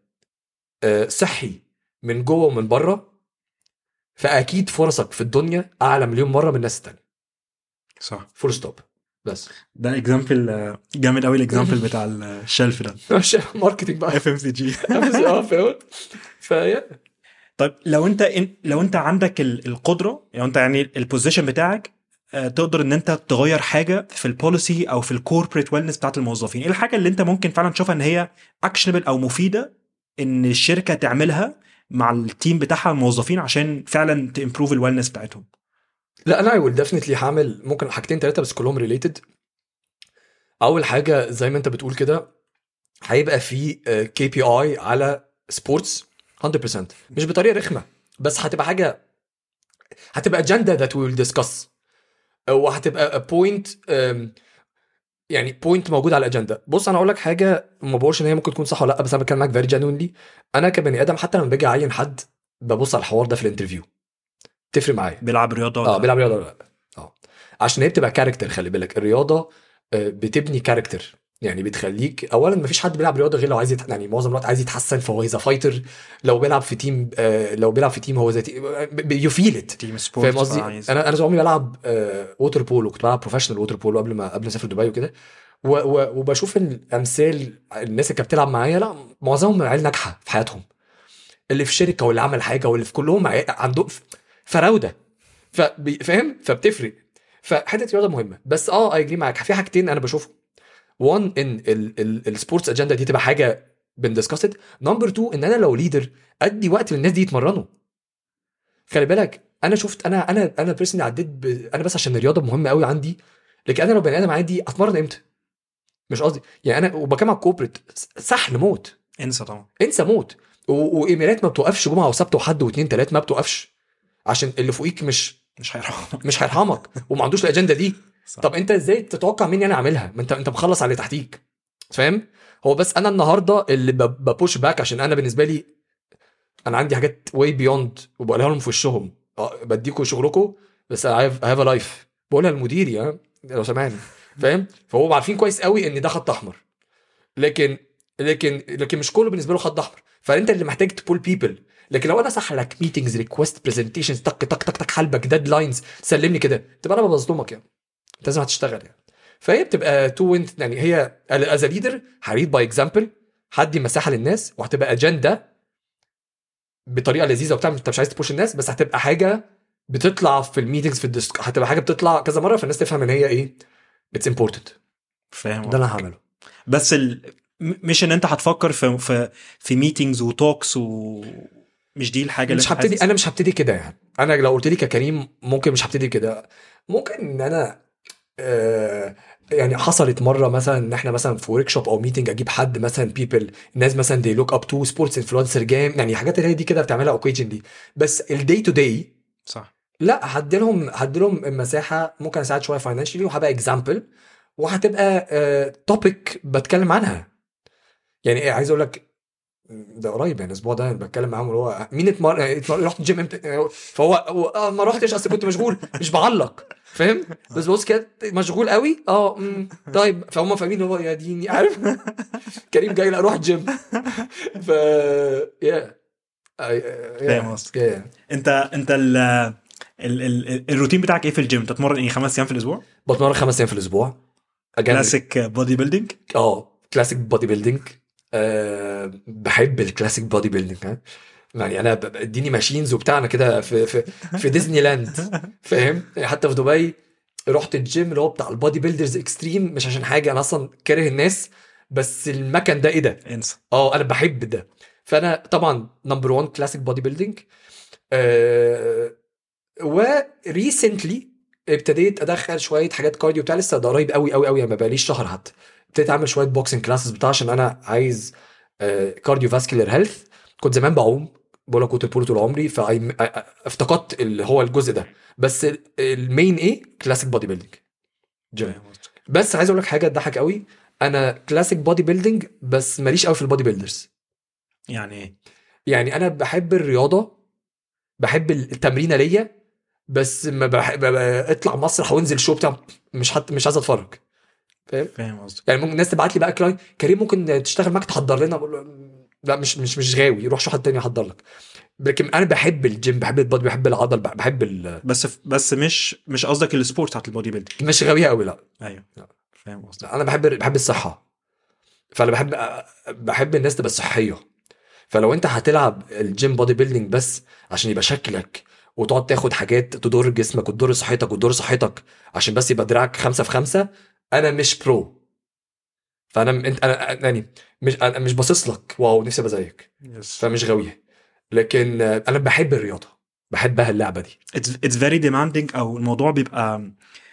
صحي من جوه ومن بره، فاكيد فرصك في الدنيا اعلى مليون مره من الناس التانية. صح فول ستوب. بس ده اكزامبل جامد قوي، الاكزامبل بتاع الشلف ده ماركتنج بقى اف ام سي جي. اه فاهم. فيا طيب لو انت لو انت عندك القدره، يعني انت يعني البوزيشن بتاعك تقدر ان انت تغير حاجه في البوليسي او في الكوربريت ويلنس بتاعت الموظفين، ايه الحاجه اللي انت ممكن فعلا تشوفها ان هي اكشنبل او مفيده ان الشركه تعملها مع التيم بتاعها الموظفين عشان فعلا تامبروف الويلنس بتاعتهم؟ لا انا اول ديفنتلي هعمل ممكن حاجتين ثلاثه بس كلهم ريليتد. اول حاجه زي ما انت بتقول كده، هيبقى في كي بي اي على سبورتس مية بالمية، مش بطريقه رخمه بس هتبقى حاجه، هتبقى اجنده ذات ويل ديسكاس، وهتبقى بوينت، يعني بوينت موجود على الاجنده. بص انا اقول لك حاجه ما بقولش ان هي ممكن تكون صح ولا لا، بس انا بتكلم معاك فيري جينوينلي. انا كبني ادم حتى لما باجي اعين حد ببص على الحوار ده في الانترفيو، تفرق معايا بيلعب رياضه اه بيلعب رياضه ولا لا. اه عشان هي بتبقى كاركتر، خلي بالك الرياضه بتبني كاركتر، يعني بتخليك اولا مفيش حد بيلعب رياضه غير لو عايز يت... يعني معظم الوقت عايز يتحسن، فهو اذا فايتر. لو بيلعب في تيم آه لو بيلعب في تيم هو ذاتي يو فيل ات، تيم سبورت. فاهم قصدي؟ انا انا زي عمري بلعب آه ووتر بولو، كنت بلعب بروفيشنال ووتر بولو قبل ما قبل ما اسافر دبي وكده، و... و... وبشوف الامثال الناس اللي كانت بتلعب معايا، لا معظمهم عيال ناجحه في حياتهم، اللي في شركه واللي عمل حاجه واللي في كلهم عندهم فراوده، فاهم؟ فبتفرق. فحته الرياضه مهمه، بس اه اي اجري معاك في حاجتين انا بشوفهم. وان ان السبورتس اجندا دي تبقى حاجه بندسكست. نمبر اتنين ان انا لو ليدر ادي وقت للناس دي يتمرنوا. خلي بالك انا شفت انا انا انا بيرسونلي عديت ب... انا بس عشان الرياضه مهمه قوي عندي، لكن انا لو بني ادم عادي اتمرن امتى؟ مش قصدي يعني انا وبكلم على الكوربريت سحل موت، انسى طبعا انسى موت. و... وايميلات ما بتوقفش جمعه وسبت وحد واثنين ثلاثه، ما بتوقفش عشان اللي فوقيك مش مش هيرحمك مش هيرحمك وما عندوش الاجنده دي. صح. طب انت ازاي تتوقع مني انا اعملها؟ ما انت انت مخلص على اللي تحتيك، فاهم؟ هو بس انا النهارده اللي ببوش باك عشان انا بالنسبه لي انا عندي حاجات واي بيوند وبقولها لهم في وشهم، اه بديكوا شغلكم بس I have, I have a life، بقولها لمديري ها لو سامعني، فاهم؟ فهو عارفين كويس قوي ان ده خط احمر، لكن لكن لكن مش كله بالنسبه له خط احمر، فانت اللي محتاج تبول بيبل. لكن لو انا سحلك ميتنجز ريكوست برزنتيشنز تك تك تك تك حلبك ديدلاينز سلمني كده، تبقى انا بظلمك يعني، انت لازم هتشتغل يعني. فهي بتبقى تو وينت، يعني هي از ليدر هريد باي اكزامبل، هدي مساحه للناس وهتبقى اجنده بطريقه لذيذه وبتاع، انت مش عايز تبوش الناس بس هتبقى حاجه بتطلع في الميتنجز في الديسك، هتبقى حاجه بتطلع كذا مره فالناس تفهم ان هي ايه اتس امبورتنت. فاهم ده انا هعمله. بس ال... مش ان انت هتفكر في في في ميتنجز وتوكس ومش دي الحاجه اللي مش هبتدي انا مش هبتدي كده يعني. انا لو قلت لك يا كريم ممكن مش هبتدي كده، ممكن ان انا آه يعني حصلت مره مثلا ان احنا مثلا في ورك شوب او ميتنج اجيب حد مثلا بيبل الناس مثلا دي لوك اب تو سبورتس انفلونسر جيم، يعني حاجات اللي هي دي كده بتعملها اوكيجنلي، بس الدي تو دي صح لا هدي لهم هدي لهم المساحه، ممكن اساعد شويه فاينانشلي وهبقى اكزامبل وهتبقى توبيك بتكلم عنها. يعني ايه عايز اقول لك ده قريب يعني الاسبوع ده بتكلم معاهم اللي هو مين اتمر رحت الجيم امتى، فهو آه ما رحتش اصل كنت مشغول مش بعلق، فاهم؟ بس بص كده مشغول قوي اه طيب، فهم فاهمين اللي هو يا ديني عارف كريم جاي لا اروح الجيم ف يا فاهم قصدك. انت انت ال ال ال الروتين بتاعك ايه في الجيم؟ تتمرن ايه خمس ايام في الاسبوع؟ بتمرن خمس ايام في الاسبوع. كلاسيك بودي بيلدينج. اه كلاسيك بودي بيلدينج. أه بحب الكلاسيك بودي بيلدينج ها، يعني انا اديني ماشينز وبتاعنا كده في في في ديزني لاند، فاهم؟ يعني حتى في دبي رحت الجيم اللي هو بتاع البودي بيلدرز اكستريم، مش عشان حاجه انا اصلا كاره الناس بس المكان ده ايه ده انسى اه انا بحب ده. فانا طبعا نمبر واحد كلاسيك بودي بيلدينج. أه وريسنتلي ابتديت ادخل شويه حاجات كارديو بتاع، لسه ده قريب قوي قوي قوي يعني ما بقاليش شهر حتى. ابتديت اعمل شويه بوكسنج كلاسز بتاع عشان انا عايز كارديو فاسكولار هيلث. كنت زمان بعوم بقول لك كنت بقول طول عمري فافتقدت اللي هو الجزء ده، بس المين ايه كلاسيك بودي بيلدينج جيم. بس عايز اقول لك حاجه تضحك قوي، انا كلاسيك بودي بيلدينج بس ماليش قوي في البودي بيلدرز. يعني ايه؟ يعني انا بحب الرياضه، بحب التمرين ليا، بس ما بحب اطلع مسرح وانزل شو بتاع مش حتى مش عايز اتفرج. فاهم فاهم قصدك. يعني ممكن الناس تبعت لي بقى كلاين كريم ممكن تشتغل معاك تحضر لنا، بقول له لا مش مش مش غاوي، روح شو حد تاني يحضر لك. لكن انا بحب الجيم، بحب البودي، بحب العضل، بحب ال... بس بس مش مش قصدك السبورت بتاعت البودي بيلدينج؟ مش غاويها قوي لا. ايوه لا. فاهم قصدك. انا بحب بحب الصحه، فانا بحب بحب الناس تبقى صحيه. فلو انت هتلعب الجيم بودي بيلدينج بس عشان يبقى شكلك وتقعد تاخد حاجات تضر جسمك وتضر صحتك وتضر صحتك عشان بس يبقى دراعك خمسة في خمسة، انا مش برو. فانا انت انا يعني مش انا مش باصص لك واو نفسي ابقى زيك، yes. فمش غاويه. لكن انا بحب الرياضه، بحبها اللعبه دي. it's it's very demanding، او الموضوع بيبقى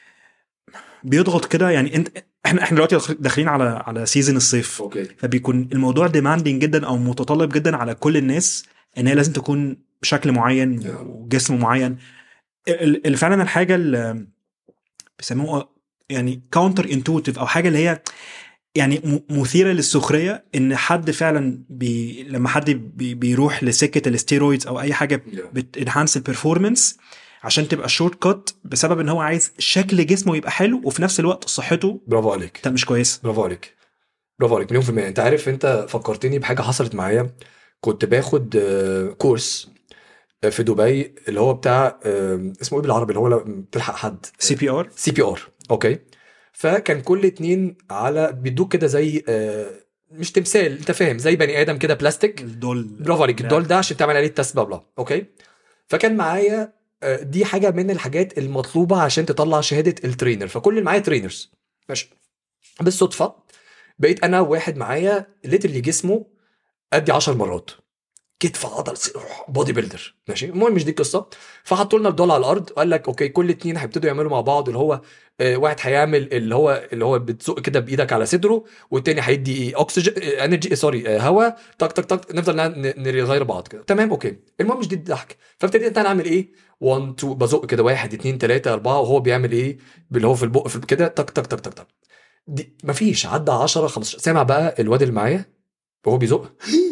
بيضغط كده يعني. انت احنا احنا دلوقتي داخلين على على سيزن الصيف، اوكي. فبيكون الموضوع demanding جدا او متطلب جدا على كل الناس ان هي لازم تكون بشكل معين yeah. وجسم معين. اللي فعلا الحاجه اللي بيسموها يعني counter intuitive او حاجه اللي هي يعني مثيره للسخريه، ان حد فعلا بي لما حد بي بيروح لسكه الستيرويدز او اي حاجه بتنهانس البرفورمانس عشان تبقى شورت كات، بسبب ان هو عايز شكل جسمه يبقى حلو وفي نفس الوقت صحته برافو عليك ده مش كويس. برافو عليك برافو عليك مليون في المية. انت عارف انت فكرتني بحاجه حصلت معايا. كنت باخد كورس في دبي اللي هو بتاع اسمه ايه بالعربي اللي هو بتلحق حد سي بي ار سي بي ار اوكي. فكان كل اتنين على بيدوك كده زي مش تمثال انت فاهم زي بني ادم كده بلاستيك الدول. برافو عليك الدول ده عشان تعمل عليه التست بلا اوكي. فكان معايا دي حاجه من الحاجات المطلوبه عشان تطلع شهاده الترينر، فكل اللي معايا ترينرز ماشي. بالصدفه بقيت انا واحد معايا ليترلي جسمه قدي عشر مرات كتف عضل بودي بيلدر ماشي. المهم مش دي القصه. فحطوا لنا الدول على الارض وقال لك اوكي كل اتنين هيبتدوا يعملوا مع بعض اللي هو آه واحد هيعمل اللي هو اللي هو بتزق كده بايدك على صدره، والتاني هيدي اكسجين انرجي سوري آه هواء تك تك تك نفضل نغير بعض كده تمام اوكي. المهم مش دي الضحك. فابتديت انا اعمل ايه واحد اتنين بزق كده واحد اتنين تلاتة اربعة وهو بيعمل ايه اللي هو في البق في كده تك تك تك تك تك دي مفيش عدى عشرة خمستاشر. سامع بقى الواد اللي معايا وهو بيزق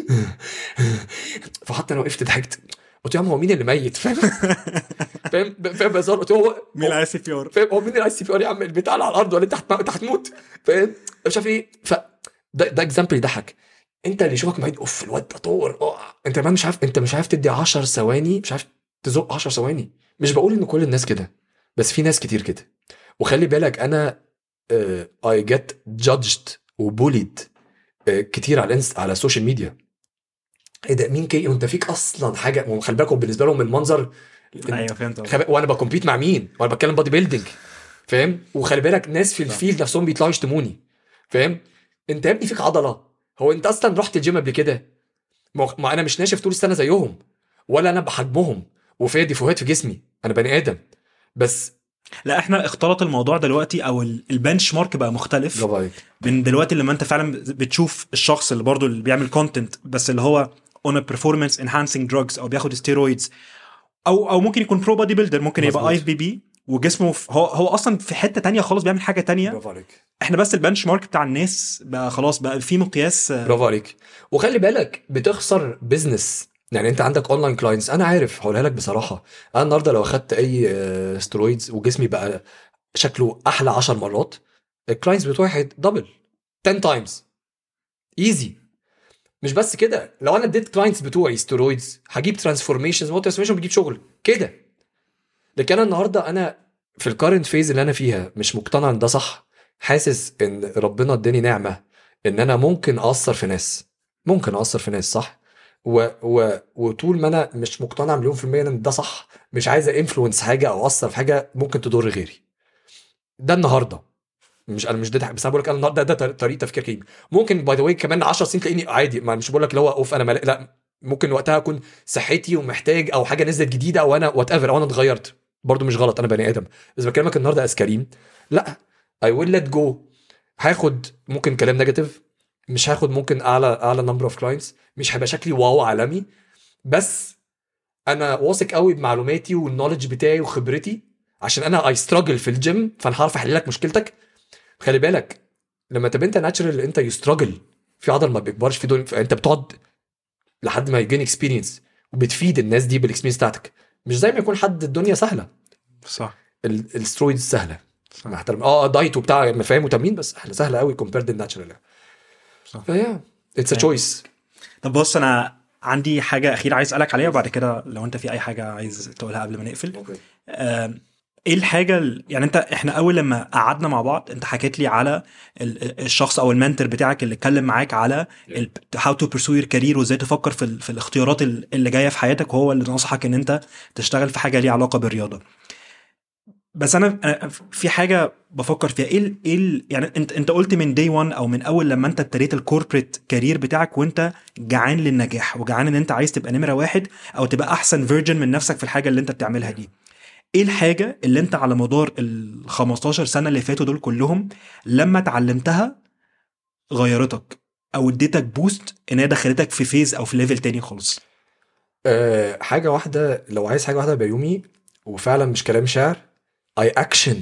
فحتى انا وقفت ضحكت قلت يا عم هو مين اللي ميت فاهم فاهم فاهم بزار قلت هو مين اللي عايز سي بي ار فاهم هو مين اللي عايز سي بي ار يا عم البتاع على الارض ولا انت انت هتموت فاهم مش عارف ايه. ف ده ده اكزامبل يضحك. انت اللي يشوفك ميت اوف الواد ده طور انت ما مش عارف انت مش عارف تدي عشر ثواني مش عارف تزق عشر ثواني. مش بقول ان كل الناس كده بس في ناس كتير كده. وخلي بالك انا اي جت جادجد وبوليد كتير على الانست على السوشيال ميديا. ايه ده مين كي وانت فيك اصلا حاجه. خلي بالكم بالنسبه لهم المنظر ايوه فهمت خب... وانا بكمبيت مع مين وانا بتكلم بودي بيلدينج فاهم. وخلي بالك ناس في الفيلد نفسهم بيطلعوا يشتموني فاهم. انت يا ابني فيك عضله هو انت اصلا رحت الجيم قبل كده؟ ما انا مش ناشف طول السنه زيهم ولا انا بحجمهم وفيا ديفوهات في جسمي انا بني ادم بس. لا احنا اختلط الموضوع دلوقتي او البنش مارك بقى مختلف من دلوقتي لما انت فعلا بتشوف الشخص اللي برضو اللي بيعمل كونتنت بس اللي هو on a performance enhancing drugs او بياخد ستيرويدز او او ممكن يكون برو بودي بيلدر ممكن مزبوط. يبقى اي اف بي بي وجسمه هو هو اصلا في حته تانية خالص بيعمل حاجه تانية. برافو عليك. احنا بس البنش مارك بتاع الناس بقى خلاص بقى في مقياس. برافو عليك. وخلي بالك بتخسر بزنس يعني انت عندك اونلاين كلاينتس. انا عارف هقولها لك بصراحه انا النهارده لو اخدت اي ستيرويدز وجسمي بقى شكله احلى عشر مرات الكلاينتس بتوعي هيد دبل عشرة تايمز ايزي. مش بس كده لو انا اديت كلاينتس بتوعي ستيرويدز هجيب ترانسفورميشنز مو ترانسفورميشن بتجيب شغل كده. لكن انا النهارده انا في الكارنت فيز اللي انا فيها مش مقتنع ان ده صح. حاسس ان ربنا اداني نعمه ان انا ممكن اثر في ناس ممكن اثر في ناس صح و... و... وطول ما انا مش مقتنع مليون في المية ان ده صح مش عايز انفلونس حاجه او اثر في حاجه ممكن تضر غيري. ده النهارده مش انا مش ده، بس انا بقول لك انا ده ده طريقه تفكير كريم. ممكن باي ذا واي كمان عشر سنين تلاقيني عادي، ما مش بقول لك اللي هو اوف انا مل... لا ممكن وقتها اكون صحتي ومحتاج او حاجه نزلت جديده او انا وات ايفر او انا اتغيرت، برضو مش غلط، انا بني ادم. بس بكلمك النهارده از كريم، لا اي ويل ليت جو. هاخد ممكن كلام نيجاتيف، مش هاخد ممكن اعلى اعلى نمبر اوف كلاينتس، مش هيبقى شكلي واو عالمي، بس انا واثق قوي بمعلوماتي والنولج بتاعي وخبرتي، عشان انا اي ستراجل في الجيم فانا هعرف احل لك مشكلتك. خلي بالك لما تبقى انت ناتشرال انت يستراجل في عضل ما بيكبرش في دول، انت بتقعد لحد ما يجين اكسبيرينس وبتفيد الناس دي بالاكسبيرينس بتاعتك، مش زي ما يكون حد الدنيا سهله. صح. السترويدز سهله مع احترام اه دايت وبتاع مفاهيم وتمرين، بس سهله قوي كومبيرد الناتشرال. صح. فيا اتس ا تشويس. طب بص انا عندي حاجه اخيره عايز اسالك عليها، وبعد كده لو انت في اي حاجه عايز تقولها قبل ما نقفل. اوكي. آه ايه الحاجه ال- يعني انت احنا اول لما قعدنا مع بعض انت حكيت لي على ال- الشخص او المنتور بتاعك اللي اتكلم معاك على هاو تو بيرسو يور كارير وازاي تفكر في ال- في الاختيارات ال- اللي جايه في حياتك، وهو اللي نصحك ان انت تشتغل في حاجه ليها علاقه بالرياضه. بس انا أنا في حاجه بفكر فيها، ايه ال- ايه ال- يعني انت انت قلت من داي واحد او من اول لما انت ابتديت الكوربريت كارير بتاعك وانت جعان للنجاح وجعان ان انت عايز تبقى نمره واحد او تبقى احسن فيرجن من نفسك في الحاجه اللي انت بتعملها دي. ايه الحاجه اللي انت على مدار ال خمستاشر سنه اللي فاتوا دول كلهم لما اتعلمتها غيرتك او اديتك بوست ان هي دخلتك في فيز او في ليفل تاني خالص؟ أه حاجه واحده، لو عايز حاجه واحده بيومي وفعلا مش كلام شعر، اي اكشن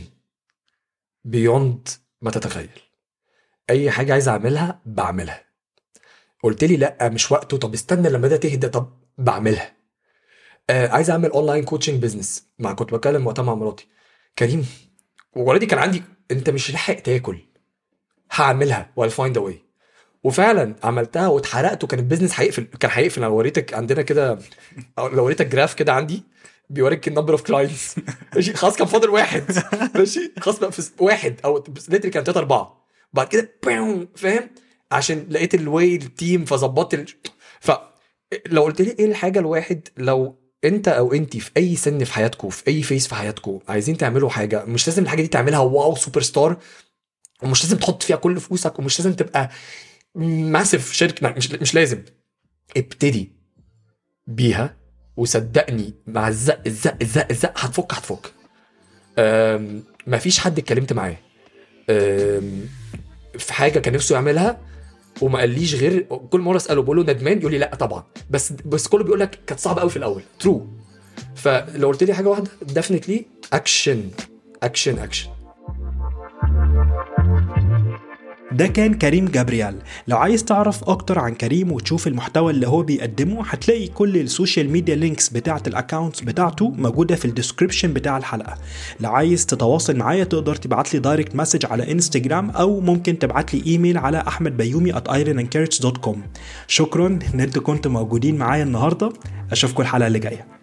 بيوند ما تتخيل. اي حاجه عايز اعملها بعملها. قلت لي لا مش وقته، طب استنى لما ده تهدى، طب بعملها. آه عايز اعمل اونلاين كوتشنج بزنس، مع كنت بتكلم وقتها مع مراتي كريم، وولدي كان عندي انت مش لاحق تاكل، هعملها وال فايند ا واي. وفعلا عملتها واتحرقت، وكان البيزنس هيقفل، كان هيقفل. انا وريتك عندنا كده، لو وريتك جراف كده عندي بيوريك النمبر اوف كلاينتس، ماشي خلاص كان فاضل واحد، ماشي خلاص بقى في واحد او ليتري كان ثلاثة أربعة، بعد كده فاهم، عشان لقيت الواي التيم فظبطت ال... فلو قلت لي ايه الحاجه الواحد، لو انت او انتي في اي سن في حياتكم في اي فيس في حياتكم عايزين تعملوا حاجه، مش لازم الحاجه دي تعملها واو سوبر ستار، ومش لازم تحط فيها كل فلوسك، ومش لازم تبقى ماسف شركه، مش مش لازم. ابتدي بيها وصدقني مع الزق الزق الزق الزق هتفك هتفك. مفيش حد اتكلمت معاه في حاجه كان نفسه يعملها وما قاليش غير كل مره اساله بقول له ندمان، يقول لي لا طبعا، بس بس كله بيقول لك كانت صعبه قوي في الاول. ترو. فلو قلت لي حاجه واحده ديفينتلي اكشن اكشن اكشن. ده كان كريم جابريال. لو عايز تعرف اكتر عن كريم وتشوف المحتوى اللي هو بيقدمه، هتلاقي كل السوشيال ميديا لينكس بتاعه الاكاونتس بتاعته موجوده في الديسكريبشن بتاع الحلقه. لو عايز تتواصل معايا تقدر تبعت لي دايركت مسج على انستجرام، او ممكن تبعت لي ايميل على احمد بيومي at iron and carrots dot com. شكرا ان انتوا كنتوا موجودين معايا النهارده، اشوفكم الحلقه اللي جايه.